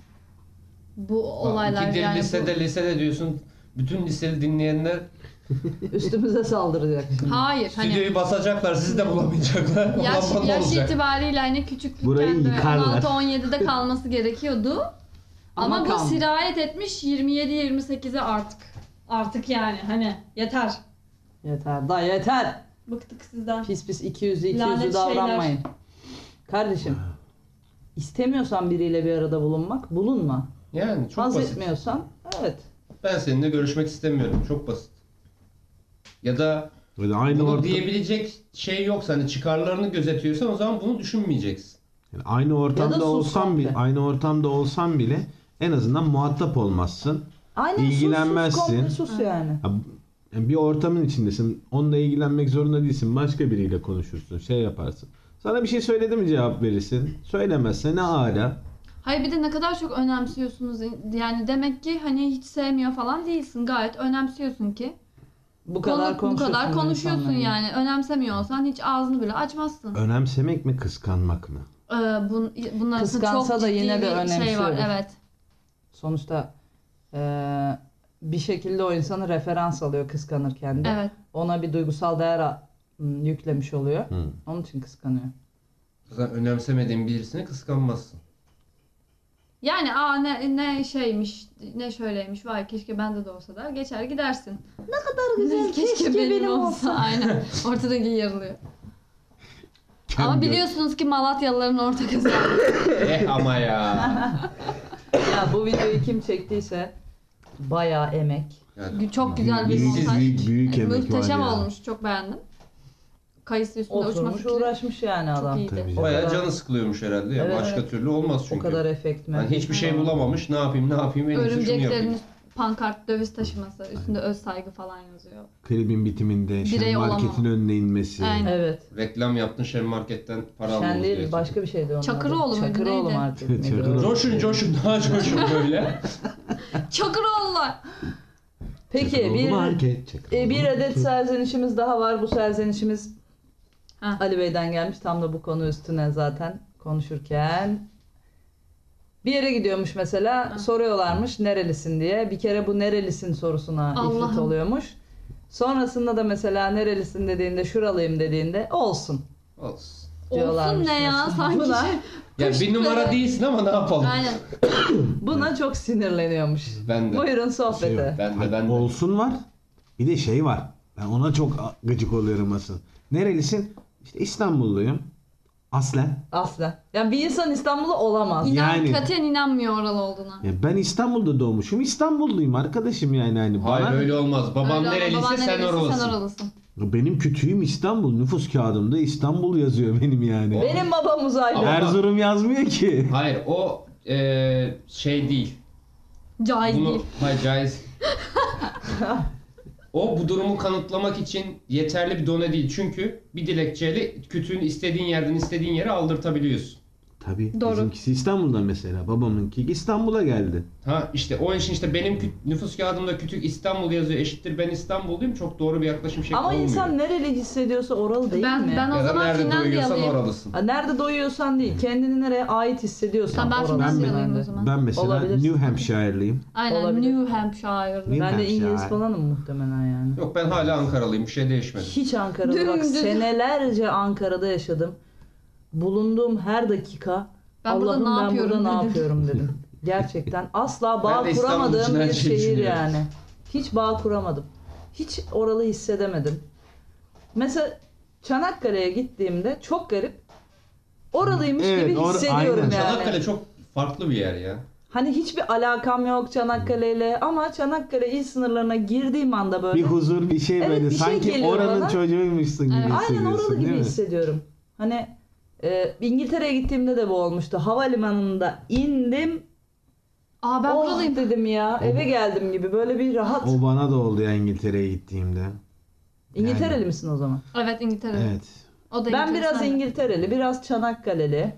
[SPEAKER 2] Bu olaylar
[SPEAKER 3] İkidir
[SPEAKER 2] yani.
[SPEAKER 3] lisede diyorsun. Bütün liseli dinleyenler
[SPEAKER 1] Üstümüze saldıracak şimdi.
[SPEAKER 2] Hayır hani
[SPEAKER 3] stüdyoyu basacaklar, sizi de bulamayacaklar.
[SPEAKER 2] yaş
[SPEAKER 3] Ulan bana olacak.
[SPEAKER 2] itibariyle hani
[SPEAKER 4] Burayı
[SPEAKER 2] küçüklükten de
[SPEAKER 4] yıkarlar.
[SPEAKER 2] 16-17'de kalması gerekiyordu. Ama bu
[SPEAKER 1] kalmadı.
[SPEAKER 2] sirayet etmiş 27-28'e artık. Artık yani hani yeter.
[SPEAKER 1] Yeter da yeter.
[SPEAKER 2] Bıktık sizden.
[SPEAKER 1] Pis pis ikiyüzlü
[SPEAKER 2] Lanet
[SPEAKER 1] davranmayın. Kardeşim istemiyorsan biriyle bir arada bulunmak bulunma.
[SPEAKER 3] Yani çok
[SPEAKER 1] Haz
[SPEAKER 3] basit.
[SPEAKER 1] etmiyorsan evet.
[SPEAKER 3] Ben seninle görüşmek istemiyorum. Çok basit. Ya da
[SPEAKER 4] Böyle aynı
[SPEAKER 3] bunu
[SPEAKER 4] ortam,
[SPEAKER 3] diyebilecek şey yoksa, hani çıkarlarını gözetiyorsan o zaman bunu düşünmeyeceksin.
[SPEAKER 4] yani aynı
[SPEAKER 1] Ya da
[SPEAKER 4] ortamda
[SPEAKER 1] sus
[SPEAKER 4] olsam
[SPEAKER 1] komple.
[SPEAKER 4] bile, aynı ortamda olsam bile en azından muhatap olmazsın.
[SPEAKER 1] Aynen
[SPEAKER 4] İlgilenmezsin.
[SPEAKER 1] sus komple sus yani.
[SPEAKER 4] Ya, yani bir ortamın içindesin. Onunla ilgilenmek zorunda değilsin. Başka biriyle konuşursun, şey yaparsın. Sana bir şey söyledi mi cevap verirsin. Söylemezse ne ara.
[SPEAKER 2] Hayır bir de ne kadar çok önemsiyorsunuz yani demek ki hani hiç sevmiyor falan değilsin. Gayet önemsiyorsun ki.
[SPEAKER 1] Bu kadar
[SPEAKER 2] Bu kadar konuşuyorsun
[SPEAKER 1] insanlarla.
[SPEAKER 2] yani. Önemsemiyorsan hiç ağzını bile açmazsın.
[SPEAKER 4] Önemsemek mi, kıskanmak mı?
[SPEAKER 2] Bunun arasında çok
[SPEAKER 1] Kıskansa da
[SPEAKER 2] ciddi
[SPEAKER 1] yine de
[SPEAKER 2] bir şey var.
[SPEAKER 1] önemsiyordur.
[SPEAKER 2] Evet.
[SPEAKER 1] Sonuçta bir şekilde o insanı referans alıyor kıskanırken de.
[SPEAKER 2] Evet.
[SPEAKER 1] Ona bir duygusal değer yüklemiş oluyor.
[SPEAKER 4] Hı.
[SPEAKER 1] Onun için kıskanıyor.
[SPEAKER 3] Sen önemsemediğin birisini kıskanmazsın.
[SPEAKER 2] Yani ne şeymiş, ne şöyleymiş, vay keşke bende de olsa der. Geçer gidersin.
[SPEAKER 1] Ne kadar güzel,
[SPEAKER 2] Keşke benim olsa. Aynen. Ortadaki yarılıyor. Ama biliyorsunuz ki Malatyalıların ortak özelliği.
[SPEAKER 3] Ama ya.
[SPEAKER 1] Ya bu videoyu kim çektiyse bayağı emek.
[SPEAKER 3] Yani
[SPEAKER 2] Çok güzel bir
[SPEAKER 3] Büyük-
[SPEAKER 2] montaj.
[SPEAKER 4] büyük emek var
[SPEAKER 2] Muhteşem
[SPEAKER 4] ya.
[SPEAKER 2] olmuş. Çok beğendim. Kayısı üstünde uçma
[SPEAKER 1] Oturmuş
[SPEAKER 2] fikri.
[SPEAKER 1] uğraşmış yani
[SPEAKER 2] Çok
[SPEAKER 1] adam.
[SPEAKER 2] iyiydi.
[SPEAKER 4] Tabii.
[SPEAKER 3] bayağı
[SPEAKER 1] kadar-
[SPEAKER 3] canı sıkılıyormuş herhalde ya.
[SPEAKER 1] Evet,
[SPEAKER 3] Başka
[SPEAKER 1] evet.
[SPEAKER 3] türlü olmaz
[SPEAKER 1] O
[SPEAKER 3] çünkü.
[SPEAKER 1] kadar efekt mi?
[SPEAKER 3] Yani hiçbir şey bulamamış. Ne yapayım en iyisi şunu
[SPEAKER 2] Örümceklerin
[SPEAKER 3] yapayım.
[SPEAKER 2] pankart döviz taşıması. Üstünde öz saygı falan yazıyor.
[SPEAKER 4] Klibin bitiminde
[SPEAKER 2] Birey
[SPEAKER 4] Şen Market'in
[SPEAKER 2] olamam.
[SPEAKER 4] önüne inmesi.
[SPEAKER 2] Aynen.
[SPEAKER 1] Evet.
[SPEAKER 3] Reklam yaptın Şen Market'ten para almamız
[SPEAKER 1] Şen değil
[SPEAKER 3] gerekiyor.
[SPEAKER 1] başka bir şeydi onun
[SPEAKER 2] Çakıroğlu
[SPEAKER 1] adı.
[SPEAKER 2] muydu,
[SPEAKER 1] Çakıroğlu
[SPEAKER 2] neydi?
[SPEAKER 1] Market miydi?
[SPEAKER 4] Çakıroğlu.
[SPEAKER 3] Coşun daha coşun böyle.
[SPEAKER 2] Çakıroğullar.
[SPEAKER 1] Peki
[SPEAKER 4] Çakıroğlu
[SPEAKER 1] bir
[SPEAKER 4] Market, Çakıroğlu
[SPEAKER 1] bir adet
[SPEAKER 4] Market.
[SPEAKER 1] serzenişimiz daha var. Bu serzenişimiz
[SPEAKER 2] Ha.
[SPEAKER 1] Ali Bey'den gelmiş. Tam da bu konu üstüne zaten konuşurken. Bir yere gidiyormuş mesela.
[SPEAKER 2] Ha.
[SPEAKER 1] Soruyorlarmış nerelisin diye. Bir kere bu nerelisin sorusuna ifrit
[SPEAKER 2] Allah'ım.
[SPEAKER 1] oluyormuş. Sonrasında da mesela nerelisin dediğinde, şuralıyım dediğinde olsun
[SPEAKER 3] Olsun.
[SPEAKER 1] diyorlarmış.
[SPEAKER 2] Olsun ne ya
[SPEAKER 1] mesela.
[SPEAKER 2] sanki.
[SPEAKER 1] Buna,
[SPEAKER 3] Ya bir numara değilsin ama ne yapalım?
[SPEAKER 2] Aynen.
[SPEAKER 1] buna çok sinirleniyormuş.
[SPEAKER 3] Ben de.
[SPEAKER 1] Buyurun sohbete.
[SPEAKER 3] Ben de.
[SPEAKER 4] Olsun var. Bir de şey var. Ben ona çok gıcık oluyorum asıl. Nerelisin? İşte İstanbulluyum. Aslen.
[SPEAKER 1] Aslen. Yani bir insan İstanbul'da olamaz.
[SPEAKER 4] Yani-
[SPEAKER 2] Katiyen inanmıyor oralı olduğuna.
[SPEAKER 4] Ya ben İstanbul'da doğmuşum. İstanbulluyum arkadaşım yani. Hani
[SPEAKER 3] Hayır
[SPEAKER 4] bana,
[SPEAKER 3] öyle olmaz. Baban
[SPEAKER 2] Öyle olmaz.
[SPEAKER 3] nereliyse
[SPEAKER 2] Baban
[SPEAKER 3] sen
[SPEAKER 2] nereliyse
[SPEAKER 3] oralısın.
[SPEAKER 2] Sen oralısın.
[SPEAKER 4] benim kütüğüm İstanbul. Nüfus kağıdımda İstanbul yazıyor benim yani.
[SPEAKER 1] Benim babam uzaylı.
[SPEAKER 3] Ama-
[SPEAKER 4] Erzurum yazmıyor ki.
[SPEAKER 3] Hayır o şey değil.
[SPEAKER 2] Caiz değil.
[SPEAKER 3] Hayır caiz. O bu durumu kanıtlamak için yeterli bir done değil. Çünkü bir dilekçeyle kütüğünü istediğin yerden istediğin yere aldırtabiliyorsun.
[SPEAKER 4] Tabii.
[SPEAKER 2] Doğru.
[SPEAKER 4] Bizimkisi İstanbul'da mesela. Babamınki İstanbul'a geldi.
[SPEAKER 3] Ha işte o için işte benim nüfus kağıdımda kütük İstanbul yazıyor eşittir ben İstanbulluyum. Çok doğru bir yaklaşım şekli
[SPEAKER 1] Ama
[SPEAKER 3] olmuyor.
[SPEAKER 1] insan nereli hissediyorsa oralı değil
[SPEAKER 2] Ben
[SPEAKER 1] mi?
[SPEAKER 2] o
[SPEAKER 3] ya da
[SPEAKER 2] zaman
[SPEAKER 3] nerede doyuyorsan
[SPEAKER 2] Finlandiyalıyım.
[SPEAKER 3] oralısın.
[SPEAKER 1] Ha, nerede doyuyorsan değil, kendini nereye ait hissediyorsan
[SPEAKER 2] Tamam, ben
[SPEAKER 1] oralısın
[SPEAKER 2] Finlandiyalıyım
[SPEAKER 1] bence.
[SPEAKER 2] o zaman.
[SPEAKER 4] Ben mesela
[SPEAKER 1] Olabilirsin.
[SPEAKER 4] New Hampshire'lıyım.
[SPEAKER 2] Aynen
[SPEAKER 1] Olabilir.
[SPEAKER 2] New Hampshire'lı.
[SPEAKER 4] New
[SPEAKER 1] Ben de
[SPEAKER 4] Hampshire.
[SPEAKER 1] İngiliz falanım muhtemelen yani.
[SPEAKER 3] Yok ben hala Ankaralıyım bir şey değişmedi.
[SPEAKER 1] Hiç Ankara'da bak
[SPEAKER 2] Dümdüz.
[SPEAKER 1] senelerce Ankara'da yaşadım. Bulunduğum her dakika
[SPEAKER 2] Ben burada
[SPEAKER 1] Allah'ım
[SPEAKER 2] ne
[SPEAKER 1] ben
[SPEAKER 2] yapıyorum
[SPEAKER 1] burada ne
[SPEAKER 2] dedim.
[SPEAKER 1] yapıyorum dedim. Gerçekten asla bağ
[SPEAKER 3] Ben de İstanbul
[SPEAKER 1] kuramadığım
[SPEAKER 3] için her
[SPEAKER 1] bir
[SPEAKER 3] şeyi
[SPEAKER 1] şehir
[SPEAKER 3] düşünüyorum.
[SPEAKER 1] yani. Hiç bağ kuramadım. Hiç oralı hissedemedim. Mesela Çanakkale'ye gittiğimde çok garip oralıymış
[SPEAKER 4] Evet,
[SPEAKER 1] gibi hissediyorum
[SPEAKER 4] aynen.
[SPEAKER 1] yani.
[SPEAKER 3] Çanakkale çok farklı bir yer ya.
[SPEAKER 1] Hani hiçbir alakam yok Çanakkale'yle ama Çanakkale il sınırlarına girdiğim anda böyle
[SPEAKER 4] Bir huzur bir şey
[SPEAKER 1] Evet,
[SPEAKER 4] böyle.
[SPEAKER 1] bir şey
[SPEAKER 4] Sanki
[SPEAKER 1] geliyor
[SPEAKER 4] oranın
[SPEAKER 1] bana.
[SPEAKER 4] çocuğuymuşsun gibi
[SPEAKER 2] Evet.
[SPEAKER 1] aynen
[SPEAKER 4] hissediyorsun
[SPEAKER 1] oralı gibi
[SPEAKER 4] değil mi?
[SPEAKER 1] hissediyorum. Hani İngiltere'ye gittiğimde de bu olmuştu. Havalimanında indim.
[SPEAKER 2] Aa ben
[SPEAKER 1] Oh
[SPEAKER 2] buralıyım.
[SPEAKER 1] dedim ya. Eve geldim gibi. Böyle bir rahat.
[SPEAKER 4] O bana da oldu ya İngiltere'ye gittiğimde.
[SPEAKER 1] İngiltereli
[SPEAKER 4] yani.
[SPEAKER 1] misin o zaman?
[SPEAKER 2] Evet İngiltere.
[SPEAKER 4] Evet.
[SPEAKER 2] O da
[SPEAKER 1] Ben
[SPEAKER 2] İngiliz,
[SPEAKER 1] biraz
[SPEAKER 2] sen de.
[SPEAKER 1] İngiltereli, biraz Çanakkale'li.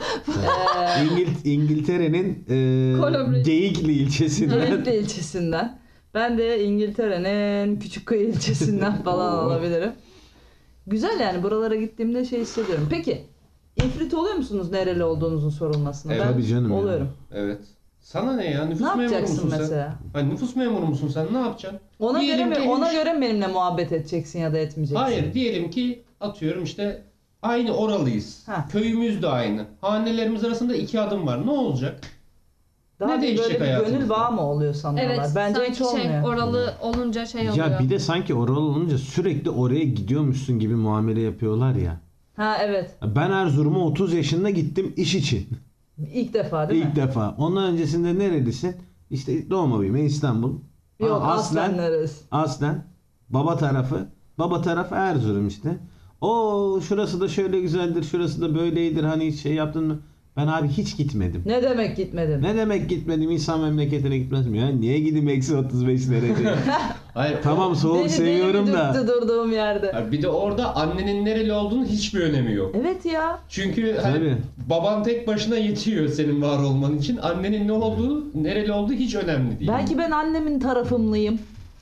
[SPEAKER 4] İngiltere'nin
[SPEAKER 2] Kolombiya.
[SPEAKER 4] Geyikli ilçesinden.
[SPEAKER 1] Giritli ilçesinden. Ben de İngiltere'nin Küçükköy ilçesinden falan olabilirim. Güzel yani buralara gittiğimde şey hissediyorum. Peki ifrit oluyor musunuz nereli olduğunuzun sorulmasına?
[SPEAKER 3] Evet.
[SPEAKER 1] Ben
[SPEAKER 4] Tabii canım ya.
[SPEAKER 1] oluyorum.
[SPEAKER 3] Evet. Sana ne ya? Nüfus
[SPEAKER 1] Ne
[SPEAKER 3] memuru
[SPEAKER 1] yapacaksın
[SPEAKER 3] musun sen?
[SPEAKER 1] mesela?
[SPEAKER 3] Hani nüfus memuru musun sen? Ne yapacaksın?
[SPEAKER 1] Ona
[SPEAKER 3] Diyelim
[SPEAKER 1] göre
[SPEAKER 3] ki
[SPEAKER 1] ona
[SPEAKER 3] hiç-
[SPEAKER 1] göre mi benimle muhabbet edeceksin ya da etmeyeceksin?
[SPEAKER 3] Hayır diyelim ki atıyorum işte aynı oralıyız.
[SPEAKER 1] Ha.
[SPEAKER 3] Köyümüz de aynı. Hanelerimiz arasında 2 adım var. Ne olacak?
[SPEAKER 1] Daha
[SPEAKER 3] Ne
[SPEAKER 1] bir
[SPEAKER 3] değişecek
[SPEAKER 1] böyle bir
[SPEAKER 3] hayatımızda?
[SPEAKER 1] gönül bağı mı oluyor sanıyorlar?
[SPEAKER 2] Evet
[SPEAKER 1] Bence
[SPEAKER 2] sanki
[SPEAKER 1] hiç olmuyor.
[SPEAKER 2] oralı olunca şey oluyor.
[SPEAKER 4] Ya bir de sanki oralı olunca sürekli oraya gidiyormuşsun gibi muamele yapıyorlar ya.
[SPEAKER 1] Ha evet.
[SPEAKER 4] Ben Erzurum'a 30 yaşında gittim iş için.
[SPEAKER 1] İlk defa değil
[SPEAKER 4] İlk
[SPEAKER 1] mi?
[SPEAKER 4] defa. Ondan öncesinde nerelisin? İşte doğma büyüme İstanbul.
[SPEAKER 1] Yok
[SPEAKER 4] Aa,
[SPEAKER 1] aslen neresi?
[SPEAKER 4] Aslen. Baba tarafı. Baba tarafı Erzurum işte. O şurası da şöyle güzeldir, şurası da böyledir. Hani hiç şey yaptın mı? Ben abi hiç gitmedim.
[SPEAKER 1] Ne demek gitmedim?
[SPEAKER 4] Ne demek gitmedim? İnsan memleketine gitmez mi? Ya niye gideyim eksi 35 derece?
[SPEAKER 3] Hayır.
[SPEAKER 4] Tamam soğuk
[SPEAKER 1] Beni
[SPEAKER 4] seviyorum
[SPEAKER 1] deli mi
[SPEAKER 4] da.
[SPEAKER 1] dürttü durduğum yerde?
[SPEAKER 3] Hayır, bir de orada annenin nereli olduğunu hiçbir önemi yok.
[SPEAKER 1] Evet ya.
[SPEAKER 3] Çünkü hani
[SPEAKER 4] Tabii.
[SPEAKER 3] baban tek başına yetiyor senin var olman için. Annenin ne olduğu, nereli olduğu hiç önemli değil.
[SPEAKER 1] Belki ben annemin tarafımlıyım.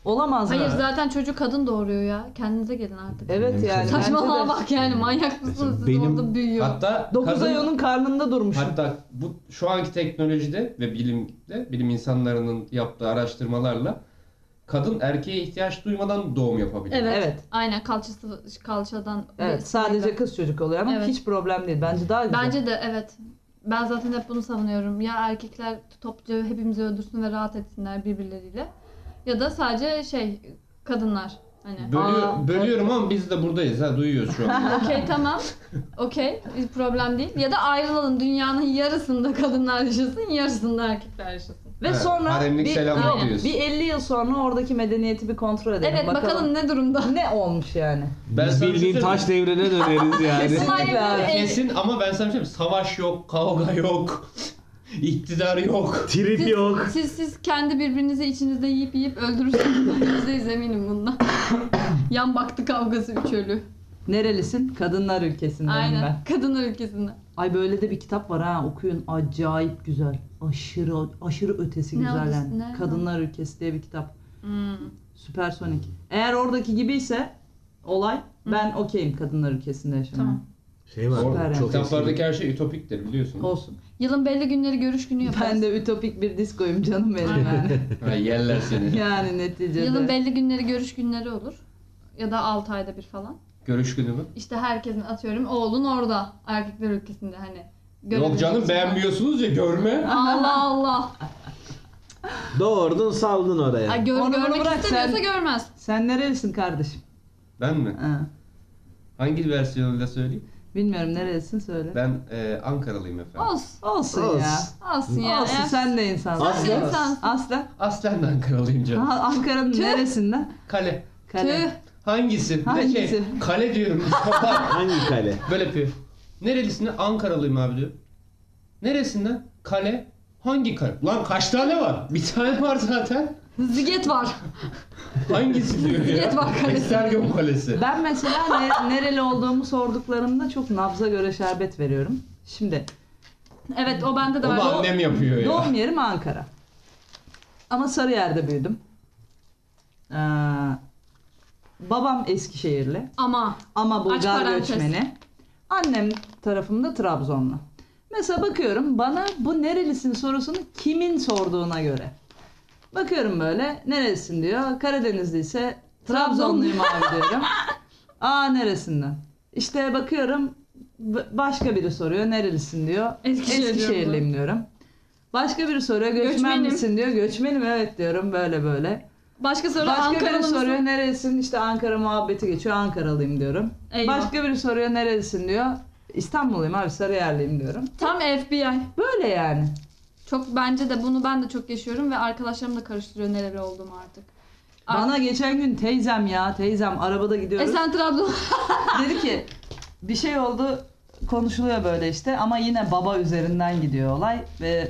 [SPEAKER 1] Olamaz
[SPEAKER 2] Hayır
[SPEAKER 1] mı?
[SPEAKER 2] zaten çocuk kadın doğuruyor ya. Kendinize gelin artık.
[SPEAKER 1] Evet
[SPEAKER 4] Benim
[SPEAKER 1] yani.
[SPEAKER 4] çocuğum-
[SPEAKER 2] Saçmalama
[SPEAKER 1] bence de.
[SPEAKER 2] bak yani manyak mısınız siz
[SPEAKER 4] Benim-
[SPEAKER 2] orada büyüyor.
[SPEAKER 3] Hatta
[SPEAKER 1] 9 ay onun karnında durmuş.
[SPEAKER 3] hatta bu şu anki teknolojide ve bilimde, bilim insanlarının yaptığı araştırmalarla kadın erkeğe ihtiyaç duymadan doğum yapabiliyor.
[SPEAKER 2] Evet.
[SPEAKER 1] Evet.
[SPEAKER 2] Aynen kalçadan.
[SPEAKER 1] Evet, sadece kız çocuk oluyor ama
[SPEAKER 2] Evet.
[SPEAKER 1] hiç problem değil. Bence daha güzel.
[SPEAKER 2] Bence de evet. Ben zaten hep bunu savunuyorum. Ya erkekler topluca hepimizi öldürsün ve rahat etsinler birbirleriyle. Ya da sadece kadınlar. Hani.
[SPEAKER 3] Bölüyorum ama biz de buradayız ha, duyuyoruz şu an.
[SPEAKER 2] Okey tamam. Okey. Bir problem değil. Ya da ayrılalım. Dünyanın yarısında kadınlar yaşasın, yarısında erkekler yaşasın.
[SPEAKER 1] Ve
[SPEAKER 3] Evet,
[SPEAKER 1] sonra
[SPEAKER 3] haremlik selam
[SPEAKER 2] Aynen.
[SPEAKER 3] diyorsun.
[SPEAKER 1] bir 50 yıl sonra oradaki medeniyeti bir kontrol edelim.
[SPEAKER 2] Evet bakalım ne durumda.
[SPEAKER 1] ne olmuş yani.
[SPEAKER 3] Ben
[SPEAKER 4] Biz
[SPEAKER 3] sana bir
[SPEAKER 4] bildiğin
[SPEAKER 3] şey
[SPEAKER 4] taş devrine döneriz yani.
[SPEAKER 1] Kesinlikle abi.
[SPEAKER 3] Kesin ama ben sana bir şey söyleyeyim. Savaş yok, kavga yok, iktidar yok.
[SPEAKER 4] Trip yok.
[SPEAKER 2] Siz kendi birbirinizi içinizde yiyip öldürürsünüz. %100 eminim bundan. Yan baktı kavgası 3 ölü.
[SPEAKER 1] Nerelisin? Kadınlar ülkesindenim
[SPEAKER 2] Aynen.
[SPEAKER 1] ben.
[SPEAKER 2] Kadınlar ülkesinde.
[SPEAKER 1] Ay böyle de bir kitap var ha, okuyun, acayip güzel. Aşırı ötesi
[SPEAKER 2] Ne
[SPEAKER 1] güzel
[SPEAKER 2] adı-
[SPEAKER 1] yani.
[SPEAKER 2] ne?
[SPEAKER 1] Kadınlar Ülkesi diye bir kitap.
[SPEAKER 2] Hmm.
[SPEAKER 1] Süpersonik. Eğer oradaki gibiyse olay, ben okeyim Kadınlar Ülkesi'nde yaşamaya.
[SPEAKER 2] Tamam.
[SPEAKER 4] Şey var.
[SPEAKER 1] Süper
[SPEAKER 4] Çok
[SPEAKER 3] Kitaplardaki
[SPEAKER 4] eski.
[SPEAKER 3] her şey ütopiktir biliyorsun.
[SPEAKER 1] Olsun.
[SPEAKER 2] Yılın belli günleri görüş günü yaparız.
[SPEAKER 1] Ben de ütopik bir diskoyum canım benim
[SPEAKER 2] Aynen.
[SPEAKER 1] yani.
[SPEAKER 3] Ha, yerler seni.
[SPEAKER 1] Yani neticede.
[SPEAKER 2] Yılın belli günleri görüş günleri olur. Ya da 6 ayda bir falan.
[SPEAKER 3] Görüş günü mü?
[SPEAKER 2] İşte herkesin atıyorum oğlun orada. Erkekler ülkesinde hani.
[SPEAKER 3] Yok
[SPEAKER 2] görebiliriz
[SPEAKER 3] canım,
[SPEAKER 2] falan.
[SPEAKER 3] beğenmiyorsunuz ya, görme.
[SPEAKER 2] Allah Allah.
[SPEAKER 4] Doğurdun saldın oraya.
[SPEAKER 2] Ay,
[SPEAKER 1] Onu
[SPEAKER 2] görmek
[SPEAKER 1] bırak
[SPEAKER 2] istemiyorsa
[SPEAKER 1] sen.
[SPEAKER 2] görmez.
[SPEAKER 1] Sen nerelisin kardeşim?
[SPEAKER 3] Ben mi?
[SPEAKER 1] Ha.
[SPEAKER 3] Hangi versiyonuyla söyleyeyim?
[SPEAKER 1] Bilmiyorum, nerelisin söyle.
[SPEAKER 3] Ben Ankaralıyım efendim.
[SPEAKER 2] Olsun.
[SPEAKER 1] Olsun
[SPEAKER 4] Olsun.
[SPEAKER 1] ya.
[SPEAKER 2] Olsun ya.
[SPEAKER 1] Olsun,
[SPEAKER 2] Ya.
[SPEAKER 1] sen de insansın.
[SPEAKER 4] Aslen.
[SPEAKER 2] Sen insansın.
[SPEAKER 1] Aslen.
[SPEAKER 3] Aslen de Ankaralıyım canım.
[SPEAKER 1] Ankara'nın
[SPEAKER 2] Tüh.
[SPEAKER 1] neresinden?
[SPEAKER 3] Kale.
[SPEAKER 1] Kale.
[SPEAKER 2] Tüh.
[SPEAKER 3] Hangisi? Bir de
[SPEAKER 1] Hangisi?
[SPEAKER 3] kale diyorum.
[SPEAKER 4] Hangi kale?
[SPEAKER 3] Böyle yapıyor. Nerelisin? Ankaralıyım abi diyor. Neresinden? Kale. Hangi kale? Lan kaç tane var? Bir tane var zaten.
[SPEAKER 2] Ziget var.
[SPEAKER 3] Hangisi diyor ya?
[SPEAKER 2] Ziget var kalesi.
[SPEAKER 3] Estergom Kalesi.
[SPEAKER 1] Ben mesela nereli olduğumu sorduklarında çok nabza göre şerbet veriyorum. Şimdi
[SPEAKER 2] Evet o bende de
[SPEAKER 3] Onu
[SPEAKER 2] var.
[SPEAKER 3] annem yapıyor ya.
[SPEAKER 1] doğum yerim Ankara. Ama Sarıyer'de büyüdüm. Babam Eskişehirli
[SPEAKER 2] Ama
[SPEAKER 1] ama Bulgar
[SPEAKER 2] parantez.
[SPEAKER 1] göçmeni. Annem tarafımda Trabzonlu. Mesela bakıyorum, bana bu nerelisin sorusunu kimin sorduğuna göre. Bakıyorum böyle, nerelisin diyor. Karadenizli ise Trabzonluyum abi diyorum. Aa, neresinden? İşte bakıyorum başka biri soruyor, nerelisin diyor.
[SPEAKER 2] Eskişehir
[SPEAKER 1] Eskişehirliyim diyorum. Başka biri soruyor, göçmen
[SPEAKER 2] Göçmenim.
[SPEAKER 1] misin diyor. Göçmenim, evet diyorum, böyle.
[SPEAKER 2] başka soru
[SPEAKER 1] Başka biri
[SPEAKER 2] Ankaralı
[SPEAKER 1] soruyor,
[SPEAKER 2] mısın?
[SPEAKER 1] nerelisin? İşte Ankara muhabbeti geçiyor, Ankaralıyım diyorum.
[SPEAKER 2] Eyvah.
[SPEAKER 1] Başka biri soruyor, nerelisin diyor. İstanbulluyum abi, Sarıyerliyim diyorum.
[SPEAKER 2] Tam FBI.
[SPEAKER 1] Böyle yani.
[SPEAKER 2] Çok bence de bunu ben de çok yaşıyorum ve arkadaşlarım da karıştırıyor nereli olduğumu artık.
[SPEAKER 1] Bana geçen gün teyzem arabada gidiyoruz.
[SPEAKER 2] Sen Trabzon.
[SPEAKER 1] Dedi ki bir şey oldu, konuşuluyor böyle işte ama yine baba üzerinden gidiyor olay ve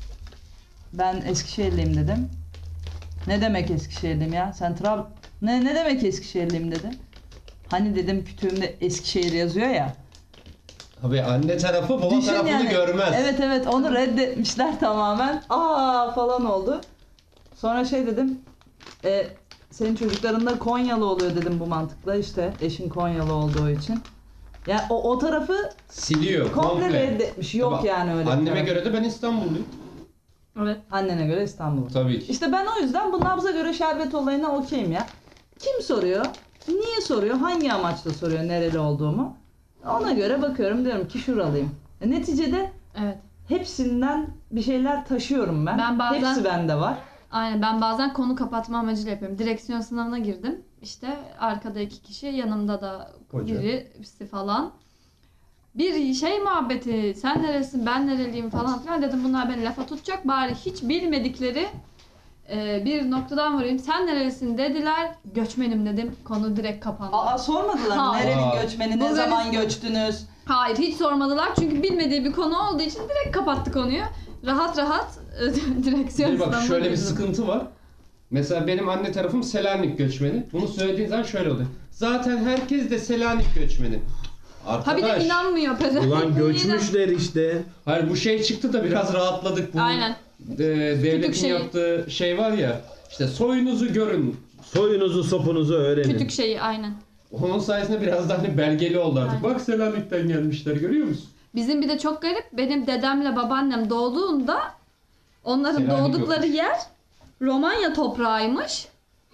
[SPEAKER 1] ben Eskişehirliyim dedim. Ne demek Eskişehirliyim ya? Sen ne demek Eskişehirliyim dedi. Hani dedim kütüğümde Eskişehir yazıyor ya.
[SPEAKER 3] Abi anne tarafı baba
[SPEAKER 1] Düşün
[SPEAKER 3] tarafını
[SPEAKER 1] yani.
[SPEAKER 3] görmez.
[SPEAKER 1] Evet onu reddetmişler tamamen. Aa falan oldu. Sonra şey dedim. Senin çocukların da Konyalı oluyor dedim bu mantıkla, işte eşin Konyalı olduğu için. Ya o tarafı
[SPEAKER 3] Siliyor
[SPEAKER 1] komple reddetmiş. Yok
[SPEAKER 3] Tabii,
[SPEAKER 1] yani öyle. bir
[SPEAKER 3] Anneme
[SPEAKER 1] taraf.
[SPEAKER 3] göre de ben İstanbulluyum.
[SPEAKER 2] Evet.
[SPEAKER 1] Annene göre İstanbul.
[SPEAKER 3] Tabii ki.
[SPEAKER 1] İşte ben o yüzden bu nabza göre şerbet olayına okeyim ya. Kim soruyor? Niye soruyor? Hangi amaçla soruyor nereli olduğumu? Ona göre bakıyorum, diyorum ki şuralıyım. Neticede
[SPEAKER 2] Evet.
[SPEAKER 1] hepsinden bir şeyler taşıyorum ben.
[SPEAKER 2] Ben bazen-
[SPEAKER 1] Hepsi bende var.
[SPEAKER 2] Aynen ben bazen konu kapatma amacıyla yapıyorum. Direksiyon sınavına girdim. İşte arkada 2 kişi, yanımda da
[SPEAKER 3] Hoca.
[SPEAKER 2] birisi falan. Bir şey muhabbeti, sen neresin, ben nereliyim falan filan dedim. Bunlar beni lafa tutacak, bari hiç bilmedikleri bir noktadan vurayım. Sen nerelisin dediler, göçmenim dedim. Konu direkt kapandı.
[SPEAKER 1] Aa, sormadılar mı?
[SPEAKER 2] Hayır.
[SPEAKER 1] Nereli göçmeni, ne
[SPEAKER 2] Bu
[SPEAKER 1] zaman
[SPEAKER 2] böyle-
[SPEAKER 1] göçtünüz?
[SPEAKER 2] Hayır hiç sormadılar çünkü bilmediği bir konu olduğu için direkt kapattı konuyu. Rahat direksiyon
[SPEAKER 3] Bir bak
[SPEAKER 2] sınavına
[SPEAKER 3] şöyle bir
[SPEAKER 2] girdim.
[SPEAKER 3] sıkıntı var. Mesela benim anne tarafım Selanik göçmeni. Bunu söylediğin zaman şöyle oluyor. Zaten herkes de Selanik göçmeni.
[SPEAKER 2] Ha bir de
[SPEAKER 3] Arkadaş.
[SPEAKER 2] inanmıyor pezevenk.
[SPEAKER 4] Ulan göçmüşler işte.
[SPEAKER 3] Hayır bu şey çıktı da biraz rahatladık. Bu
[SPEAKER 2] Aynen.
[SPEAKER 3] devletin
[SPEAKER 2] şeyi.
[SPEAKER 3] yaptığı şey var ya. İşte soyunuzu görün.
[SPEAKER 4] Soyunuzu sopunuzu öğrenin.
[SPEAKER 2] Kütük şeyi aynen.
[SPEAKER 3] Onun sayesinde biraz daha hani belgeli oldu artık.
[SPEAKER 2] Aynen.
[SPEAKER 3] Bak Selanik'ten gelmişler, görüyor musun?
[SPEAKER 2] Bizim bir de çok garip, benim dedemle babaannem doğduğunda onların
[SPEAKER 3] Selanik
[SPEAKER 2] doğdukları
[SPEAKER 3] yokmuş.
[SPEAKER 2] yer Romanya toprağıymış.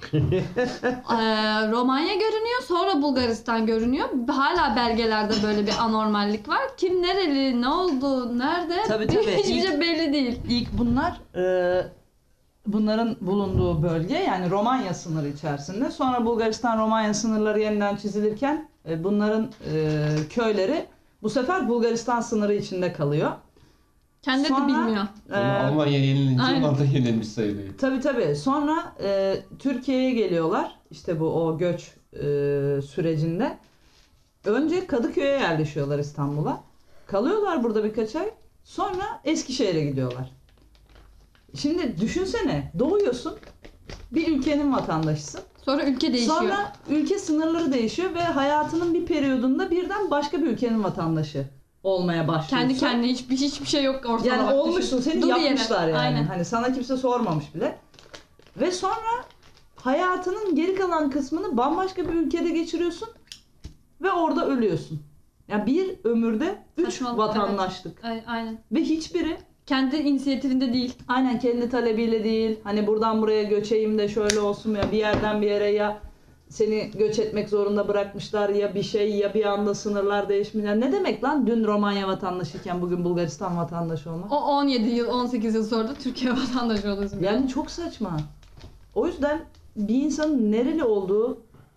[SPEAKER 2] Romanya görünüyor, sonra Bulgaristan görünüyor. Hala belgelerde böyle bir anormallik var. Kim nereli, ne oldu, nerede?
[SPEAKER 1] Tabii, tabii.
[SPEAKER 2] Hiçbir
[SPEAKER 1] İlk-
[SPEAKER 2] şey belli değil.
[SPEAKER 1] İlk bunların bulunduğu bölge yani Romanya sınırı içerisinde. Sonra Bulgaristan-Romanya sınırları yeniden çizilirken bunların köyleri bu sefer Bulgaristan sınırı içinde kalıyor.
[SPEAKER 2] Kendi de
[SPEAKER 1] Sonra-
[SPEAKER 2] bilmiyor.
[SPEAKER 3] Sonra Almanya yenilince
[SPEAKER 2] Aynen.
[SPEAKER 3] onlar da yenilmiş sayılıyor.
[SPEAKER 1] Tabii tabii. Sonra Türkiye'ye geliyorlar. İşte bu o göç sürecinde. Önce Kadıköy'e yerleşiyorlar İstanbul'a. Kalıyorlar burada birkaç ay. Sonra Eskişehir'e gidiyorlar. Şimdi düşünsene, doğuyorsun. Bir ülkenin vatandaşısın.
[SPEAKER 2] Sonra ülke değişiyor.
[SPEAKER 1] Sonra ülke sınırları değişiyor ve hayatının bir periyodunda birden başka bir ülkenin vatandaşı olmaya başlıyorsun.
[SPEAKER 2] Kendi kendine hiçbir şey yok ortada.
[SPEAKER 1] Yani
[SPEAKER 2] bak,
[SPEAKER 1] olmuşsun,
[SPEAKER 2] düşün.
[SPEAKER 1] seni
[SPEAKER 2] Dur yere.
[SPEAKER 1] yapmışlar yani.
[SPEAKER 2] Aynen.
[SPEAKER 1] Hani sana kimse sormamış bile. Ve sonra hayatının geri kalan kısmını bambaşka bir ülkede geçiriyorsun ve orada ölüyorsun. Yani bir ömürde 3
[SPEAKER 2] Saçmalık,
[SPEAKER 1] vatandaşlık.
[SPEAKER 2] Aynen.
[SPEAKER 1] Ve hiçbiri
[SPEAKER 2] Kendi inisiyatifinde değil.
[SPEAKER 1] aynen kendi talebiyle değil. Hani buradan buraya göçeyim de şöyle olsun ya bir yerden bir yere ya seni göç etmek zorunda bırakmışlar ya bir şey ya bir anda sınırlar değişmiş. Yani ne demek lan dün Romanya vatandaşıyken bugün Bulgaristan vatandaşı olmak?
[SPEAKER 2] O 17 yıl, 18 yıl sonra da Türkiye vatandaşı oluyorsun.
[SPEAKER 1] Yani çok saçma. O yüzden bir insanın nereli olduğu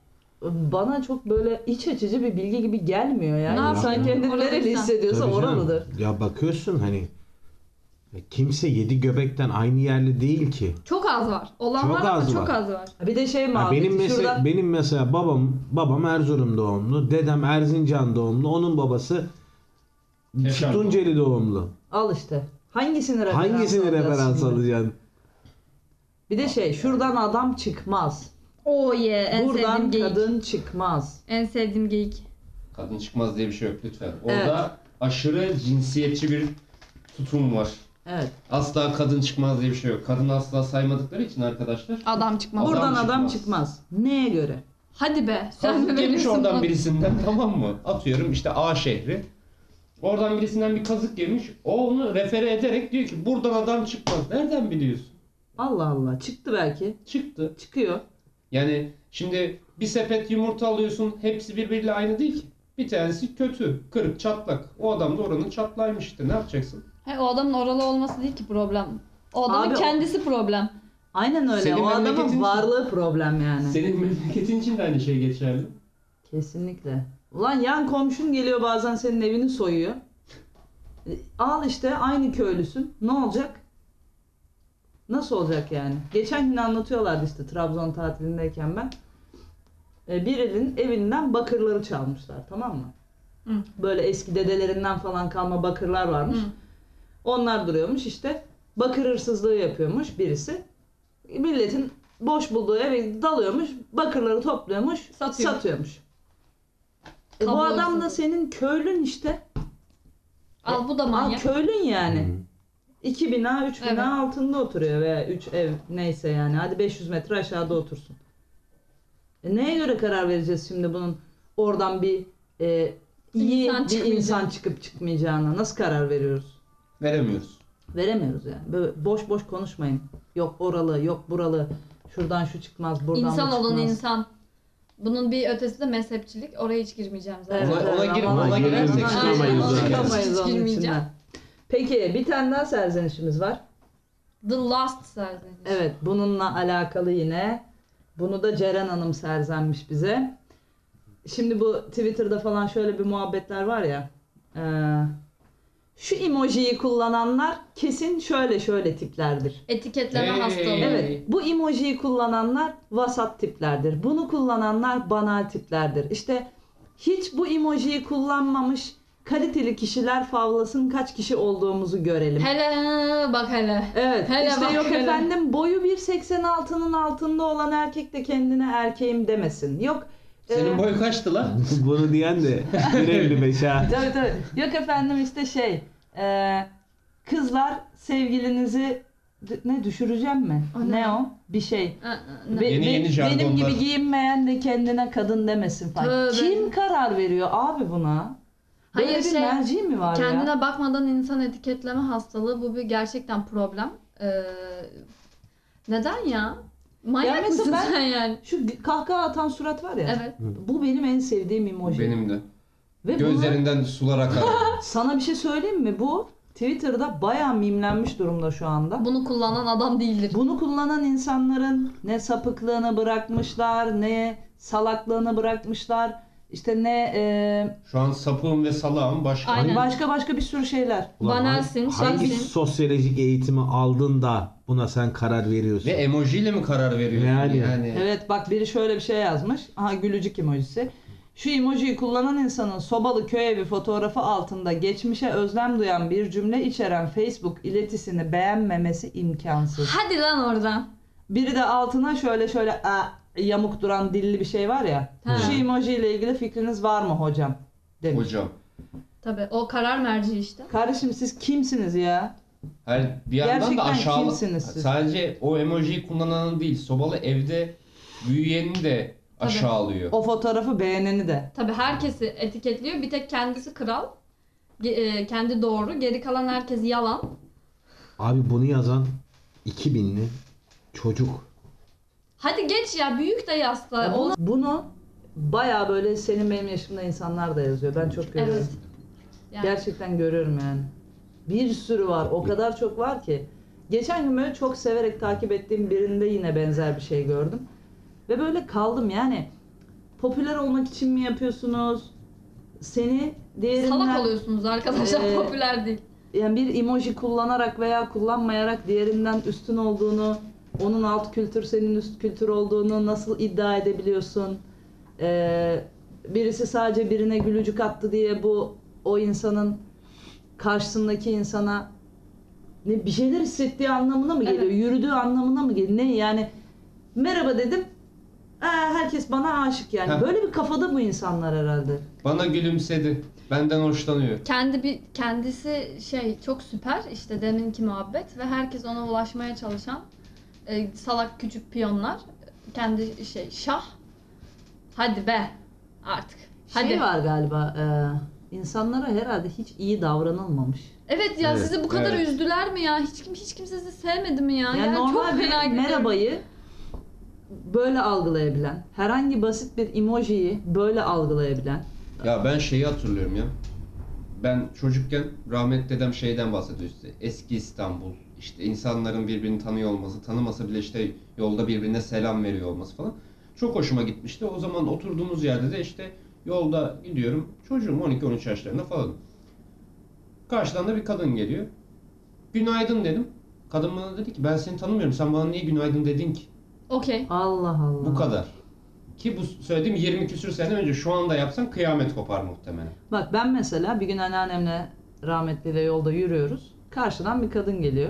[SPEAKER 1] bana çok böyle iç açıcı bir bilgi gibi gelmiyor yani.
[SPEAKER 2] Ne
[SPEAKER 1] İnsan
[SPEAKER 2] yapayım?
[SPEAKER 1] kendini nereli
[SPEAKER 2] Oralıysan.
[SPEAKER 1] hissediyorsa
[SPEAKER 4] Tabii canım.
[SPEAKER 1] oralıdır.
[SPEAKER 4] Ya bakıyorsun hani kimse 7 göbekten aynı yerli değil ki.
[SPEAKER 2] Çok az var. Olan
[SPEAKER 4] Çok
[SPEAKER 2] var ama
[SPEAKER 4] az
[SPEAKER 2] çok
[SPEAKER 4] var.
[SPEAKER 2] az var.
[SPEAKER 1] Bir de şey
[SPEAKER 4] Ya
[SPEAKER 1] muhabbeti şurada
[SPEAKER 4] benim mesela babam Erzurum doğumlu, dedem Erzincan doğumlu, onun babası
[SPEAKER 3] Keşan
[SPEAKER 4] Tunceli doğumlu.
[SPEAKER 1] al işte. Hangisini referans
[SPEAKER 4] Hangisini
[SPEAKER 1] alacağız
[SPEAKER 4] referans
[SPEAKER 1] şimdi?
[SPEAKER 4] alacaksın?
[SPEAKER 1] Bir de şey şuradan adam çıkmaz.
[SPEAKER 2] Oh yeah, en
[SPEAKER 1] Buradan
[SPEAKER 2] sevdiğim geyik.
[SPEAKER 1] kadın çıkmaz.
[SPEAKER 2] En sevdiğim geyik.
[SPEAKER 3] Kadın çıkmaz diye bir şey yok lütfen. Orada
[SPEAKER 1] Evet.
[SPEAKER 3] aşırı cinsiyetçi bir tutum var.
[SPEAKER 1] Evet.
[SPEAKER 3] Asla kadın çıkmaz diye bir şey yok. Kadın asla saymadıkları için arkadaşlar.
[SPEAKER 2] Adam çıkmaz.
[SPEAKER 3] Adam
[SPEAKER 1] Buradan adam
[SPEAKER 3] çıkmaz.
[SPEAKER 1] çıkmaz. Neye göre?
[SPEAKER 2] Hadi be. Sen
[SPEAKER 3] Sen
[SPEAKER 2] mi
[SPEAKER 3] gelmiş
[SPEAKER 2] veriyorsun
[SPEAKER 3] oradan
[SPEAKER 2] bana?
[SPEAKER 3] birisinden tamam mı? Atıyorum işte A şehri. Oradan birisinden bir kazık yemiş. O onu refere ederek diyor ki buradan adam çıkmaz. Nereden biliyorsun?
[SPEAKER 1] Allah Allah. Çıktı belki.
[SPEAKER 3] Çıktı.
[SPEAKER 1] Çıkıyor.
[SPEAKER 3] Yani şimdi bir sepet yumurta alıyorsun. Hepsi birbiriyle aynı değil ki. Bir tanesi kötü, kırık, çatlak. O adam da oranın çatlağıymış işte. Ne yapacaksın?
[SPEAKER 2] He, o adamın oralı olması değil ki problem. O adamın
[SPEAKER 1] Abi o-
[SPEAKER 2] kendisi problem.
[SPEAKER 1] Aynen öyle.
[SPEAKER 3] Senin
[SPEAKER 1] o adamın
[SPEAKER 3] memleketin-
[SPEAKER 1] varlığı problem yani.
[SPEAKER 3] Senin memleketin için de aynı şey geçerli.
[SPEAKER 1] Kesinlikle. Ulan yan komşun geliyor bazen senin evini soyuyor. Al işte aynı köylüsün. Ne olacak? Nasıl olacak yani? Geçen gün anlatıyorlardı işte Trabzon tatilindeyken ben. Birinin evinden bakırları çalmışlar, tamam mı?
[SPEAKER 2] Hı.
[SPEAKER 1] Böyle eski dedelerinden falan kalma bakırlar varmış.
[SPEAKER 2] Hı.
[SPEAKER 1] Onlar duruyormuş işte. Bakır hırsızlığı yapıyormuş birisi. Milletin boş bulduğu eve dalıyormuş. Bakırları topluyormuş.
[SPEAKER 2] Satıyor.
[SPEAKER 1] Satıyormuş. Bu
[SPEAKER 2] Kablo
[SPEAKER 1] adam da
[SPEAKER 2] hırsızı.
[SPEAKER 1] senin köylün işte.
[SPEAKER 2] Al bu da
[SPEAKER 1] Al
[SPEAKER 2] manyak.
[SPEAKER 1] köylün yani.
[SPEAKER 4] Hı.
[SPEAKER 1] 2 bina 3 bina
[SPEAKER 2] Evet.
[SPEAKER 1] altında oturuyor veya 3 ev neyse yani. Hadi 500 metre aşağıda otursun. Neye göre karar vereceğiz şimdi bunun oradan bir iyi
[SPEAKER 2] İnsan
[SPEAKER 1] bir
[SPEAKER 2] çıkmayacak.
[SPEAKER 1] insan çıkıp çıkmayacağına? Nasıl karar veriyoruz?
[SPEAKER 3] Veremiyoruz.
[SPEAKER 1] Veremiyoruz yani. Böyle boş boş konuşmayın. Yok oralı, yok buralı. Şuradan şu çıkmaz, buradan
[SPEAKER 2] İnsan
[SPEAKER 1] bu çıkmaz.
[SPEAKER 2] olun insan. Bunun bir ötesi de mezhepçilik. Oraya hiç girmeyeceğim zaten.
[SPEAKER 1] Evet,
[SPEAKER 3] Ona
[SPEAKER 1] evet,
[SPEAKER 3] girip
[SPEAKER 1] ama-
[SPEAKER 3] ona girersek
[SPEAKER 4] Aynen.
[SPEAKER 3] çıkamayız
[SPEAKER 4] Aynen.
[SPEAKER 3] zaten.
[SPEAKER 1] Çıkamayız
[SPEAKER 2] Hiç
[SPEAKER 1] onun
[SPEAKER 2] girmeyeceğim.
[SPEAKER 1] içinden. Peki bir tane daha serzenişimiz var.
[SPEAKER 2] The Last serzeniş.
[SPEAKER 1] Evet, bununla alakalı yine. Bunu da Ceren Hanım serzenmiş bize. Şimdi bu Twitter'da falan şöyle bir muhabbetler var ya. Şu emojiyi kullananlar kesin şöyle şöyle tiplerdir.
[SPEAKER 2] Etiketleme
[SPEAKER 3] Hey.
[SPEAKER 2] hastalığı.
[SPEAKER 1] Evet, bu emojiyi kullananlar vasat tiplerdir. Bunu kullananlar banal tiplerdir. İşte hiç bu emojiyi kullanmamış kaliteli kişiler favlasın kaç kişi olduğumuzu görelim.
[SPEAKER 2] Hele bak hele.
[SPEAKER 1] Evet.
[SPEAKER 2] Hele
[SPEAKER 1] işte
[SPEAKER 2] bak
[SPEAKER 1] yok
[SPEAKER 2] hele.
[SPEAKER 1] efendim boyu 1.86'nın altında olan erkek de kendine erkeğim demesin. Yok.
[SPEAKER 3] Senin boyu kaçtı lan?
[SPEAKER 4] Bunu diyen de 1.55 ha.
[SPEAKER 1] Tabii tabii. Yok efendim işte kızlar sevgilinizi Ne düşüreceğim mi?
[SPEAKER 2] O ne?
[SPEAKER 1] Ne o? Bir şey.
[SPEAKER 3] Yeni jargonlar.
[SPEAKER 1] Benim gibi giyinmeyen de kendine kadın demesin falan.
[SPEAKER 2] Tövbe.
[SPEAKER 1] Kim karar veriyor abi buna? Böyle
[SPEAKER 2] Hayır,
[SPEAKER 1] bir merci mi var
[SPEAKER 2] kendine
[SPEAKER 1] ya?
[SPEAKER 2] bakmadan insan etiketleme hastalığı, bu bir gerçekten problem. Neden ya? Manyak
[SPEAKER 1] Ya mesela
[SPEAKER 2] mısın
[SPEAKER 1] ben-
[SPEAKER 2] sen yani?
[SPEAKER 1] Şu kahkaha atan surat var ya.
[SPEAKER 2] Evet.
[SPEAKER 1] Bu benim en sevdiğim emoji.
[SPEAKER 3] Benim de.
[SPEAKER 1] Ve bunu-
[SPEAKER 3] Gözlerinden sular akar.
[SPEAKER 1] sana bir şey söyleyeyim mi? Bu Twitter'da bayağı mimlenmiş durumda şu anda.
[SPEAKER 2] Bunu kullanan adam değildir.
[SPEAKER 1] Bunu kullanan insanların ne sapıklığını bırakmışlar, ne salaklığını bırakmışlar. İşte ne
[SPEAKER 3] Şu an sapığım ve salağım başka.
[SPEAKER 2] Aynen.
[SPEAKER 1] başka bir sürü şeyler.
[SPEAKER 4] Ulan
[SPEAKER 2] Banalsin,
[SPEAKER 4] hangi
[SPEAKER 2] şeysin.
[SPEAKER 4] sosyolojik eğitimi aldın da buna sen karar veriyorsun?
[SPEAKER 3] Ve emojiyle mi karar veriyorsun?
[SPEAKER 4] Yani.
[SPEAKER 1] Evet bak biri şöyle bir şey yazmış. Aha gülücük emojisi. Şu emojiyi kullanan insanın sobalı köy evi fotoğrafı altında geçmişe özlem duyan bir cümle içeren Facebook iletisini beğenmemesi imkansız.
[SPEAKER 2] Hadi lan oradan.
[SPEAKER 1] Biri de altına şöyle yamuk duran dilli bir şey var ya.
[SPEAKER 2] Ha.
[SPEAKER 1] Şu emoji ile ilgili fikriniz var mı hocam? Demiş.
[SPEAKER 3] Hocam.
[SPEAKER 2] Tabii o karar merci işte.
[SPEAKER 1] Kardeşim siz kimsiniz ya?
[SPEAKER 3] Her bir yandan
[SPEAKER 1] Gerçekten
[SPEAKER 3] da aşağıla.
[SPEAKER 1] kimsiniz siz?
[SPEAKER 3] Sadece o emojiyi kullananın değil, sobalı evde büyüyeni de
[SPEAKER 2] Tabii.
[SPEAKER 3] aşağılıyor.
[SPEAKER 1] O fotoğrafı beğeneni de.
[SPEAKER 2] Tabii herkesi etiketliyor. Bir tek kendisi kral. Kendi doğru. Geri kalan herkes yalan.
[SPEAKER 4] Abi bunu yazan 2000'li çocuk.
[SPEAKER 2] Hadi geç ya, büyük de yazsa.
[SPEAKER 1] Ya bunu bayağı böyle senin benim yaşımda insanlar da yazıyor. Ben çok görüyorum.
[SPEAKER 2] Evet. Yani.
[SPEAKER 1] Gerçekten görüyorum yani. Bir sürü var. O kadar çok var ki. Geçen gün böyle çok severek takip ettiğim birinde yine benzer bir şey gördüm. Ve böyle kaldım yani. Popüler olmak için mi yapıyorsunuz? Seni diğerinden...
[SPEAKER 2] Salak oluyorsunuz arkadaşlar,
[SPEAKER 1] Ee,
[SPEAKER 2] popüler değil.
[SPEAKER 1] Yani bir emoji kullanarak veya kullanmayarak diğerinden üstün olduğunu, onun alt kültür senin üst kültür olduğunu nasıl iddia edebiliyorsun? Birisi sadece birine gülücük attı diye o insanın karşısındaki insana ne bir şeyler hissettiği anlamına mı geliyor?
[SPEAKER 2] Evet.
[SPEAKER 1] Yürüdüğü anlamına mı geliyor? Ne yani? Merhaba dedim. Herkes bana aşık yani.
[SPEAKER 3] Heh.
[SPEAKER 1] Böyle bir kafada bu insanlar herhalde.
[SPEAKER 3] Bana gülümsedi. Benden hoşlanıyor.
[SPEAKER 2] Kendisi çok süper, işte deminki muhabbet ve herkes ona ulaşmaya çalışan salak küçük piyonlar. Kendi şah. Hadi be artık. Hadi.
[SPEAKER 1] Şey var galiba. İnsanlara herhalde hiç iyi davranılmamış.
[SPEAKER 2] Evet ya,
[SPEAKER 4] Evet,
[SPEAKER 2] sizi bu kadar
[SPEAKER 3] evet.
[SPEAKER 2] üzdüler mi ya? Hiç kimse sizi sevmedi mi ya?
[SPEAKER 1] Yani
[SPEAKER 2] çok
[SPEAKER 1] normal bir
[SPEAKER 2] fena gidiyor.
[SPEAKER 1] merhabayı böyle algılayabilen, herhangi basit bir emojiyi böyle algılayabilen.
[SPEAKER 3] Ya ben şeyi hatırlıyorum ya. Ben çocukken rahmetli dedem şeyden bahsediyor işte. Eski İstanbul, işte insanların birbirini tanıyor olması, tanımasa bile işte yolda birbirine selam veriyor olması falan. Çok hoşuma gitmişti. O zaman oturduğumuz yerde de işte yolda gidiyorum. Çocuğum 12-13 yaşlarında falan. Karşıdan da bir kadın geliyor. Günaydın dedim. Kadın bana dedi ki ben seni tanımıyorum. Sen bana niye günaydın dedin ki?
[SPEAKER 2] Okey.
[SPEAKER 1] Allah Allah.
[SPEAKER 3] Bu kadar. Ki bu söylediğim 20 küsür sene önce, şu anda yapsan kıyamet kopar muhtemelen.
[SPEAKER 1] Bak ben mesela bir gün anneannemle rahmetliyle yolda yürüyoruz. Karşıdan bir kadın geliyor.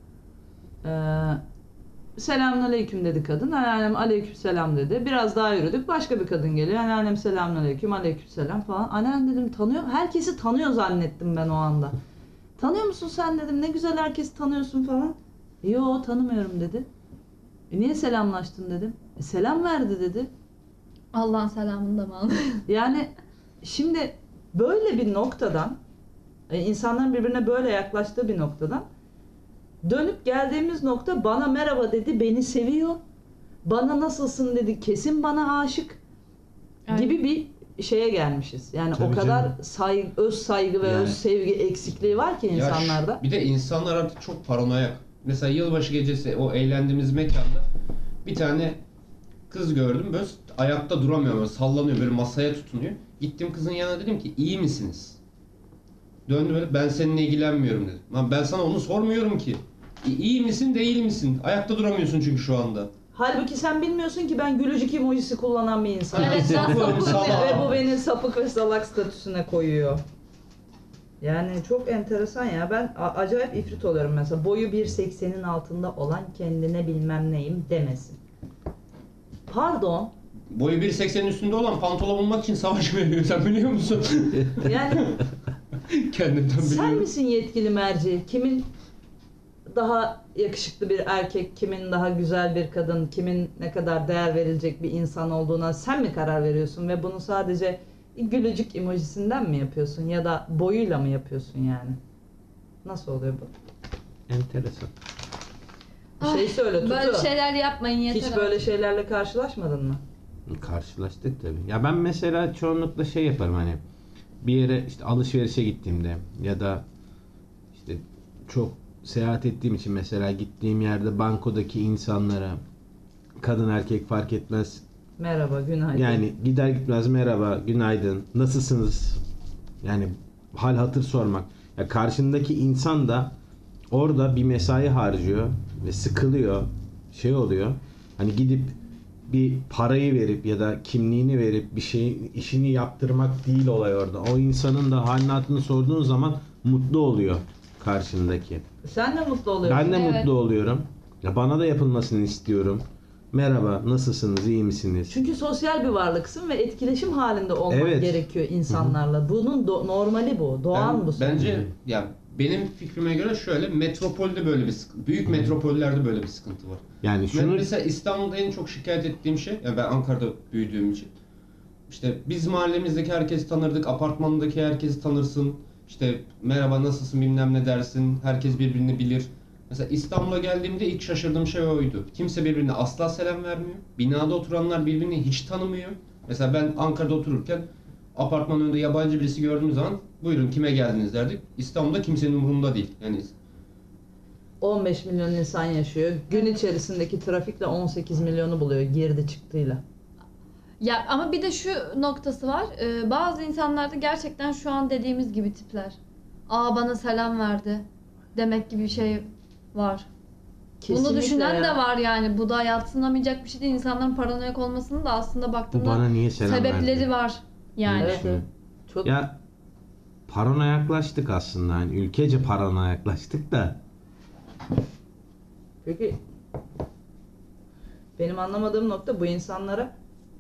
[SPEAKER 1] Selamünaleyküm dedi kadın. Anneannem aleykümselam dedi. Biraz daha yürüdük. Başka bir kadın geliyor. Anneannem selamünaleyküm, aleykümselam falan. Anneannem dedim tanıyor. Herkesi tanıyor zannettim ben o anda. Tanıyor musun sen dedim. Ne güzel herkesi tanıyorsun falan. Yo tanımıyorum dedi. Niye selamlaştın dedim. Selam verdi dedi.
[SPEAKER 2] Allah'ın selamını da mı aldın?
[SPEAKER 1] Yani şimdi böyle bir noktadan insanların birbirine böyle yaklaştığı bir noktadan dönüp geldiğimiz nokta bana merhaba dedi, beni seviyor. Bana nasılsın dedi, kesin bana aşık gibi bir şeye gelmişiz. Yani
[SPEAKER 4] Tabii
[SPEAKER 1] o kadar
[SPEAKER 4] canım.
[SPEAKER 1] öz saygı ve
[SPEAKER 4] Yani.
[SPEAKER 1] öz sevgi eksikliği var ki
[SPEAKER 3] Ya
[SPEAKER 1] insanlarda.
[SPEAKER 3] bir de insanlar artık çok paranoyak. Mesela yılbaşı gecesi o eğlendiğimiz mekanda bir tane kız gördüm, böyle ayakta duramıyor, böyle sallanıyor, böyle masaya tutunuyor. Gittim kızın yanına, dedim ki iyi misiniz? Döndü böyle, ben seninle ilgilenmiyorum dedi. Lan ben sana onu sormuyorum ki. İyi misin değil misin? Ayakta duramıyorsun çünkü şu anda.
[SPEAKER 1] Halbuki sen bilmiyorsun ki ben gülücük emojisi kullanan bir insanım.
[SPEAKER 2] Evet, sen
[SPEAKER 3] Sapığım,
[SPEAKER 2] sapık
[SPEAKER 3] salağım.
[SPEAKER 1] Ve bu beni sapık ve salak statüsüne koyuyor. Yani çok enteresan ya. Ben acayip ifrit oluyorum mesela. Boyu 1.80'in altında olan kendine bilmem neyim demesin. Pardon.
[SPEAKER 3] Boyu 1.80'in üstünde olan pantolon bulmak için savaş veriyor, sen biliyor musun?
[SPEAKER 1] Yani
[SPEAKER 3] Kendimden
[SPEAKER 1] sen
[SPEAKER 3] biliyorum.
[SPEAKER 1] misin yetkili merci? Kimin daha yakışıklı bir erkek, kimin daha güzel bir kadın, kimin ne kadar değer verilecek bir insan olduğuna sen mi karar veriyorsun ve bunu sadece gülücük emojisinden mi yapıyorsun ya da boyuyla mı yapıyorsun yani? Nasıl oluyor bu?
[SPEAKER 4] Enteresan.
[SPEAKER 1] Bir şey söyle Tutu.
[SPEAKER 2] Böyle şeyler yapmayın yeter.
[SPEAKER 1] Hiç böyle şeylerle karşılaşmadın mı?
[SPEAKER 4] Karşılaştık tabii. Ya ben mesela çoğunlukla şey yaparım hani bir yere işte alışverişe gittiğimde ya da işte çok seyahat ettiğim için mesela gittiğim yerde bankodaki insanlara kadın erkek fark etmez.
[SPEAKER 1] Merhaba, günaydın.
[SPEAKER 4] Yani gider gitmez merhaba, günaydın, nasılsınız? Yani hal hatır sormak. Ya karşındaki insan da orada bir mesai harcıyor ve sıkılıyor, şey oluyor. Hani gidip bir parayı verip ya da kimliğini verip bir şeyin işini yaptırmak değil olay orada. O insanın da halini hatırını sorduğun zaman mutlu oluyor karşındaki.
[SPEAKER 1] Sen de mutlu oluyorsun.
[SPEAKER 4] Ben de
[SPEAKER 2] Evet.
[SPEAKER 4] mutlu oluyorum. Ya bana da yapılmasını istiyorum. Merhaba, nasılsınız, iyi misiniz?
[SPEAKER 1] Çünkü sosyal bir varlıksın ve etkileşim halinde olmak
[SPEAKER 4] Evet.
[SPEAKER 1] gerekiyor insanlarla. Bunun normali bu, doğan bu.
[SPEAKER 3] Bence ya benim fikrime göre şöyle metropolde böyle bir büyük metropollerde böyle bir sıkıntı var.
[SPEAKER 4] Yani
[SPEAKER 3] Ben
[SPEAKER 4] şunu
[SPEAKER 3] mesela İstanbul'da en çok şikayet ettiğim şey, yani ben Ankara'da büyüdüğüm için. İşte biz mahallemizdeki herkesi tanırdık, apartmandaki herkesi tanırsın. İşte merhaba nasılsın bilmem ne dersin, herkes birbirini bilir. Mesela İstanbul'a geldiğimde ilk şaşırdığım şey oydu. Kimse birbirine asla selam vermiyor. Binada oturanlar birbirini hiç tanımıyor. Mesela ben Ankara'da otururken apartmanın önünde yabancı birisi gördüğüm zaman buyurun kime geldiniz derdik. İstanbul'da kimsenin umurunda değil. Yani
[SPEAKER 1] 15 milyon insan yaşıyor. Gün içerisindeki trafikle 18 milyonu buluyor girdi çıktıyla.
[SPEAKER 2] Ya ama bir de şu noktası var. Bazı insanlarda gerçekten şu an dediğimiz gibi tipler. Aa bana selam verdi demek gibi bir şey var. Bunu
[SPEAKER 1] Kesinlikle
[SPEAKER 2] düşünen
[SPEAKER 1] ya.
[SPEAKER 2] de var yani. Bu da yadsınamayacak bir şey değil. İnsanların paranoyak olmasının da aslında
[SPEAKER 4] bu
[SPEAKER 2] baktığında
[SPEAKER 4] bana niye selam
[SPEAKER 2] sebepleri
[SPEAKER 4] verdi?
[SPEAKER 2] var. Yani.
[SPEAKER 1] Evet, evet. Çok
[SPEAKER 4] Ya paranoyaklaştık aslında. Hani ülkece paranoyaklaştık da.
[SPEAKER 1] Peki benim anlamadığım nokta bu insanlara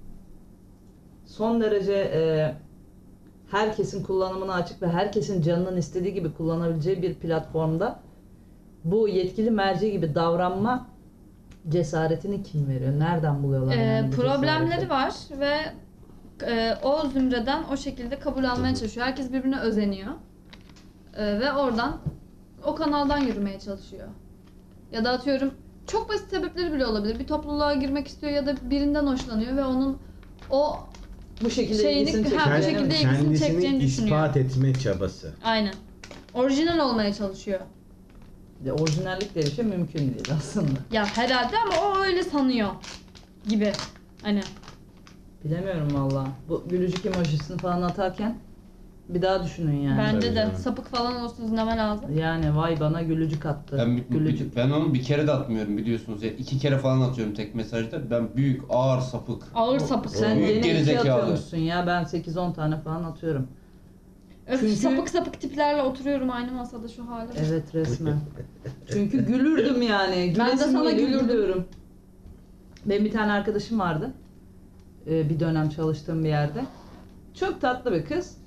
[SPEAKER 1] son derece herkesin kullanımına açık ve herkesin canının istediği gibi kullanabileceği bir platformda bu yetkili merci gibi davranma cesaretini kim veriyor? Nereden buluyorlar yani bu
[SPEAKER 2] Problemleri
[SPEAKER 1] cesareti?
[SPEAKER 2] var ve o zümreden o şekilde kabul almaya çalışıyor. Herkes birbirine özeniyor. Ve oradan o kanaldan yürümeye çalışıyor. Ya da atıyorum çok basit sebepleri bile olabilir. Bir topluluğa girmek istiyor ya da birinden hoşlanıyor ve onun o
[SPEAKER 1] Bu şekilde
[SPEAKER 2] şeyini-
[SPEAKER 1] ilgisini
[SPEAKER 2] ha, bu
[SPEAKER 1] çekeceğini
[SPEAKER 2] şekilde
[SPEAKER 1] mi?
[SPEAKER 2] ilgisini
[SPEAKER 4] Kendisini
[SPEAKER 2] çekeceğini düşünüyor.
[SPEAKER 4] ispat etme çabası.
[SPEAKER 2] aynen orijinal olmaya çalışıyor.
[SPEAKER 1] Orijinallik diye bir şey mümkün değil aslında.
[SPEAKER 2] Ya herhalde ama o öyle sanıyor gibi. Hani
[SPEAKER 1] Bilemiyorum valla. Bu gülücük emojisini falan atarken bir daha düşünün yani.
[SPEAKER 2] bence
[SPEAKER 4] tabii
[SPEAKER 2] de
[SPEAKER 4] canım.
[SPEAKER 2] sapık falan olsa izleme lazım.
[SPEAKER 1] Yani vay bana gülücük attı. Gülücük.
[SPEAKER 3] ben onu bir kere de atmıyorum biliyorsunuz ya. 2 kere falan atıyorum tek mesajda. Ben büyük ağır sapık.
[SPEAKER 2] Ağır sapık.
[SPEAKER 1] Sen
[SPEAKER 3] Büyük
[SPEAKER 1] gene iki
[SPEAKER 3] gerizekalı.
[SPEAKER 1] atıyormuşsun ya. Ben 8-10 tane falan atıyorum.
[SPEAKER 2] Öf,
[SPEAKER 1] Çünkü-
[SPEAKER 2] sapık sapık tiplerle oturuyorum aynı masada şu halde.
[SPEAKER 1] Evet resmen. Çünkü gülürdüm yani.
[SPEAKER 2] Ben de
[SPEAKER 1] Gülesim
[SPEAKER 2] sana
[SPEAKER 1] geliyor,
[SPEAKER 2] gülürdüm.
[SPEAKER 1] gülüyorum. Benim bir tane arkadaşım vardı. Bir dönem çalıştığım bir yerde. Çok tatlı bir kız.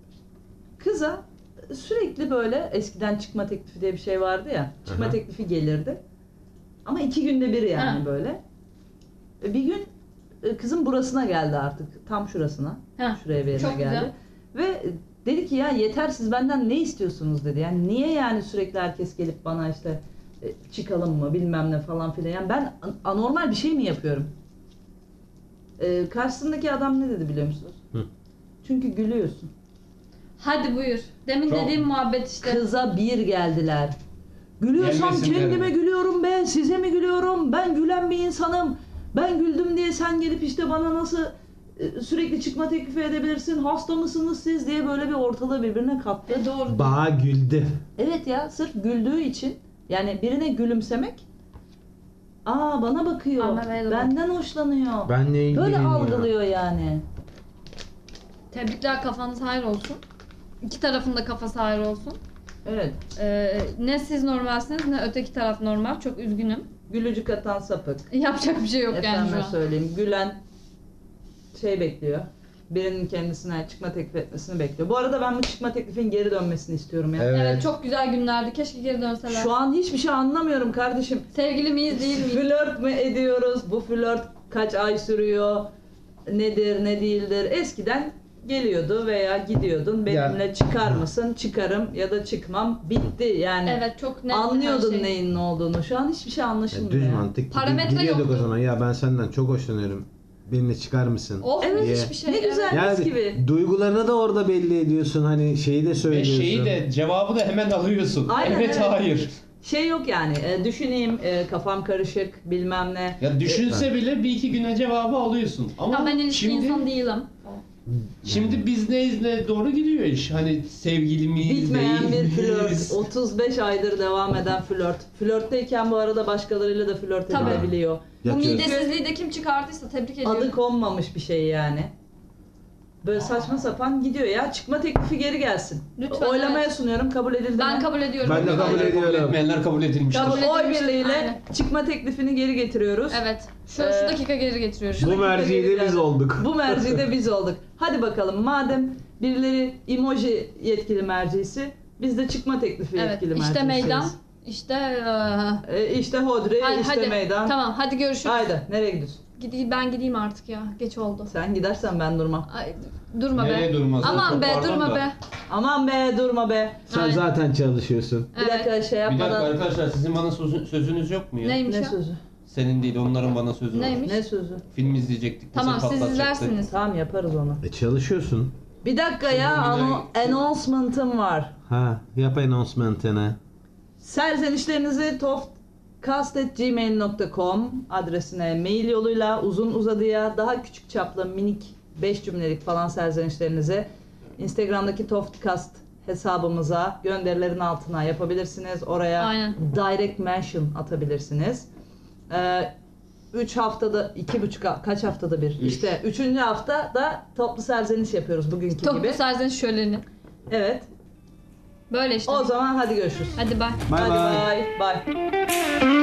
[SPEAKER 1] Kıza sürekli böyle eskiden çıkma teklifi diye bir şey vardı ya. Çıkma
[SPEAKER 4] Aha.
[SPEAKER 1] teklifi gelirdi. Ama 2 günde bir yani
[SPEAKER 2] Ha.
[SPEAKER 1] böyle. Bir gün kızın burasına geldi artık. Tam şurasına.
[SPEAKER 2] Heh,
[SPEAKER 1] Şuraya bir yerine
[SPEAKER 2] çok
[SPEAKER 1] geldi.
[SPEAKER 2] güzel.
[SPEAKER 1] Ve dedi ki ya yeter siz benden ne istiyorsunuz dedi. Yani niye yani sürekli herkes gelip bana işte çıkalım mı bilmem ne falan filan. Yani ben anormal bir şey mi yapıyorum? Karşısındaki adam ne dedi biliyor musunuz?
[SPEAKER 4] Hı.
[SPEAKER 1] Çünkü gülüyorsun.
[SPEAKER 2] Hadi buyur. Demin
[SPEAKER 3] Çok-
[SPEAKER 2] dediğim muhabbet işte.
[SPEAKER 1] Kıza bir geldiler. Gülüyorsam
[SPEAKER 3] Gelmesinler
[SPEAKER 1] kendime
[SPEAKER 3] mi?
[SPEAKER 1] gülüyorum be, size mi gülüyorum? Ben gülen bir insanım. Ben güldüm diye sen gelip işte bana nasıl sürekli çıkma teklifi edebilirsin? Hasta mısınız siz diye böyle bir ortalığı birbirine kattı.
[SPEAKER 2] Doğru.
[SPEAKER 4] Bağ güldü.
[SPEAKER 1] Evet ya sırf güldüğü için yani birine gülümsemek aa bana bakıyor.
[SPEAKER 2] Unavailable.
[SPEAKER 1] Benden hoşlanıyor.
[SPEAKER 4] Benle
[SPEAKER 1] Böyle
[SPEAKER 4] ilgileniyor.
[SPEAKER 1] algılıyor yani.
[SPEAKER 2] Tebrikler, kafanız hayır olsun. İki tarafın da kafası hayır olsun.
[SPEAKER 1] Evet.
[SPEAKER 2] Ne siz normalsiniz ne öteki taraf normal. Çok üzgünüm.
[SPEAKER 1] Gülücük atan sapık.
[SPEAKER 2] Yapacak bir şey yok yani şu
[SPEAKER 1] Efendime
[SPEAKER 2] an.
[SPEAKER 1] söyleyeyim. Gülen şey bekliyor. birinin kendisine çıkma teklif etmesini bekliyor. Bu arada ben bu çıkma teklifin geri dönmesini istiyorum ya.
[SPEAKER 2] Evet, çok güzel günlerdi. Keşke geri dönseler.
[SPEAKER 1] Şu an hiçbir şey anlamıyorum kardeşim.
[SPEAKER 2] Sevgili miyiz değil miyiz?
[SPEAKER 1] Flört mü ediyoruz? Bu flört kaç ay sürüyor? Nedir, ne değildir? Eskiden geliyordu veya gidiyordun. Benimle çıkar mısın? Çıkarım ya da çıkmam. Bitti yani.
[SPEAKER 2] Evet, çok net her
[SPEAKER 1] Anlıyordun
[SPEAKER 2] şey.
[SPEAKER 1] neyin ne olduğunu. Şu an hiçbir şey anlaşılmıyor.
[SPEAKER 4] Düz
[SPEAKER 1] ya.
[SPEAKER 4] mantık.
[SPEAKER 2] Parametre
[SPEAKER 4] Gidiyorduk
[SPEAKER 2] yoktu.
[SPEAKER 4] o zaman. Ya ben senden çok hoşlanıyorum. Benimle çıkar mısın?
[SPEAKER 2] Olsun
[SPEAKER 1] Evet,
[SPEAKER 2] hiçbir şey.
[SPEAKER 1] ne güzel.
[SPEAKER 2] Evet.
[SPEAKER 1] Mis gibi.
[SPEAKER 4] Yani duygularını da orada belli ediyorsun. Hani şeyi de
[SPEAKER 3] Ve
[SPEAKER 4] söylüyorsun.
[SPEAKER 3] şeyi de cevabı da hemen alıyorsun.
[SPEAKER 1] Aynen,
[SPEAKER 3] evet,
[SPEAKER 1] evet.
[SPEAKER 3] hayır.
[SPEAKER 1] Şey yok yani. Düşüneyim, kafam karışık, bilmem ne.
[SPEAKER 3] Ya düşünse bile bir iki güne cevabı alıyorsun. Ama
[SPEAKER 2] Ya ben ilişki
[SPEAKER 3] şimdi
[SPEAKER 2] insan değilim.
[SPEAKER 3] biz neyiz ne doğru gidiyor iş. Hani sevgili miyiz,
[SPEAKER 1] Bitmeyen bir
[SPEAKER 3] değil
[SPEAKER 1] flört.
[SPEAKER 3] miyiz?
[SPEAKER 1] 35 aydır devam eden flört. Flörtteyken bu arada başkalarıyla da flört
[SPEAKER 2] Tabii.
[SPEAKER 1] edilebiliyor. Bu
[SPEAKER 4] Yatıyorsun.
[SPEAKER 2] Midesizliği de kim çıkardıysa tebrik ediyorum.
[SPEAKER 1] adı konmamış bir şey yani. Böyle saçma sapan gidiyor ya. Çıkma teklifi geri gelsin.
[SPEAKER 2] Lütfen,
[SPEAKER 1] Oylamaya
[SPEAKER 2] evet.
[SPEAKER 1] sunuyorum. Kabul edildi
[SPEAKER 2] Ben
[SPEAKER 1] mi?
[SPEAKER 2] kabul ediyorum.
[SPEAKER 4] Ben de kabul ediyorum.
[SPEAKER 3] Etmeyenler kabul edilmiştir.
[SPEAKER 1] Kabul, oy
[SPEAKER 2] edilmiştir,
[SPEAKER 1] birliğiyle
[SPEAKER 2] aynen.
[SPEAKER 1] çıkma teklifini geri getiriyoruz.
[SPEAKER 2] Evet. Şu
[SPEAKER 1] Ee,
[SPEAKER 2] dakika geri getiriyoruz.
[SPEAKER 4] Bu mercide biz olduk.
[SPEAKER 1] Bu mercide biz olduk. Hadi bakalım madem birileri emoji yetkili mercisi, biz de çıkma teklifi
[SPEAKER 2] Evet.
[SPEAKER 1] yetkili
[SPEAKER 2] İşte
[SPEAKER 1] mercisiyiz.
[SPEAKER 2] meydan. İşte
[SPEAKER 1] İşte hodri,
[SPEAKER 2] hadi,
[SPEAKER 1] işte
[SPEAKER 2] hadi.
[SPEAKER 1] meydan.
[SPEAKER 2] Tamam, hadi görüşürüz.
[SPEAKER 1] Haydi nereye gidiyorsun?
[SPEAKER 2] Ben gideyim artık ya. Geç oldu.
[SPEAKER 1] Sen gidersen ben durmam.
[SPEAKER 2] Ay, durma
[SPEAKER 3] Nereye
[SPEAKER 2] be.
[SPEAKER 3] durmaz?
[SPEAKER 2] Aman
[SPEAKER 3] Çok
[SPEAKER 2] be,
[SPEAKER 3] pardon
[SPEAKER 2] durma
[SPEAKER 3] da.
[SPEAKER 2] be.
[SPEAKER 1] Aman be durma be.
[SPEAKER 4] Sen
[SPEAKER 2] Aynen.
[SPEAKER 4] zaten çalışıyorsun.
[SPEAKER 1] Bir dakika şey
[SPEAKER 3] Bir dakika
[SPEAKER 1] yapmadan.
[SPEAKER 3] arkadaşlar, sizin bana sözünüz yok mu ya?
[SPEAKER 2] Neymiş
[SPEAKER 1] Ne
[SPEAKER 2] o?
[SPEAKER 1] sözü?
[SPEAKER 3] Senin değil, onların bana sözü var.
[SPEAKER 2] Neymiş?
[SPEAKER 1] Ne sözü?
[SPEAKER 3] Film izleyecektik.
[SPEAKER 2] Tamam,
[SPEAKER 3] bizi
[SPEAKER 2] siz
[SPEAKER 3] patlatacaktık.
[SPEAKER 2] izlersiniz.
[SPEAKER 1] Tamam yaparız onu.
[SPEAKER 4] Çalışıyorsun.
[SPEAKER 1] Bir dakika ya announcement'ım var.
[SPEAKER 4] Ha, yap announcement'ını.
[SPEAKER 1] Serzenişlerinizi toftcast@gmail.com adresine mail yoluyla uzun uzadıya daha küçük çaplı minik 5 cümlelik falan serzenişlerinizi Instagram'daki Toftcast hesabımıza gönderilerin altına yapabilirsiniz. Oraya
[SPEAKER 2] Aynen.
[SPEAKER 1] direct mention atabilirsiniz. 3 haftada 2,5 kaç haftada bir? İşte 3. haftada toplu serzeniş yapıyoruz bugünkü gibi.
[SPEAKER 2] Toplu serzeniş şöleni.
[SPEAKER 1] Evet.
[SPEAKER 2] Böyle işte.
[SPEAKER 1] O zaman hadi görüşürüz.
[SPEAKER 2] Hadi bay.
[SPEAKER 4] Bay
[SPEAKER 1] Hadi
[SPEAKER 4] bay.
[SPEAKER 1] bye. Bye.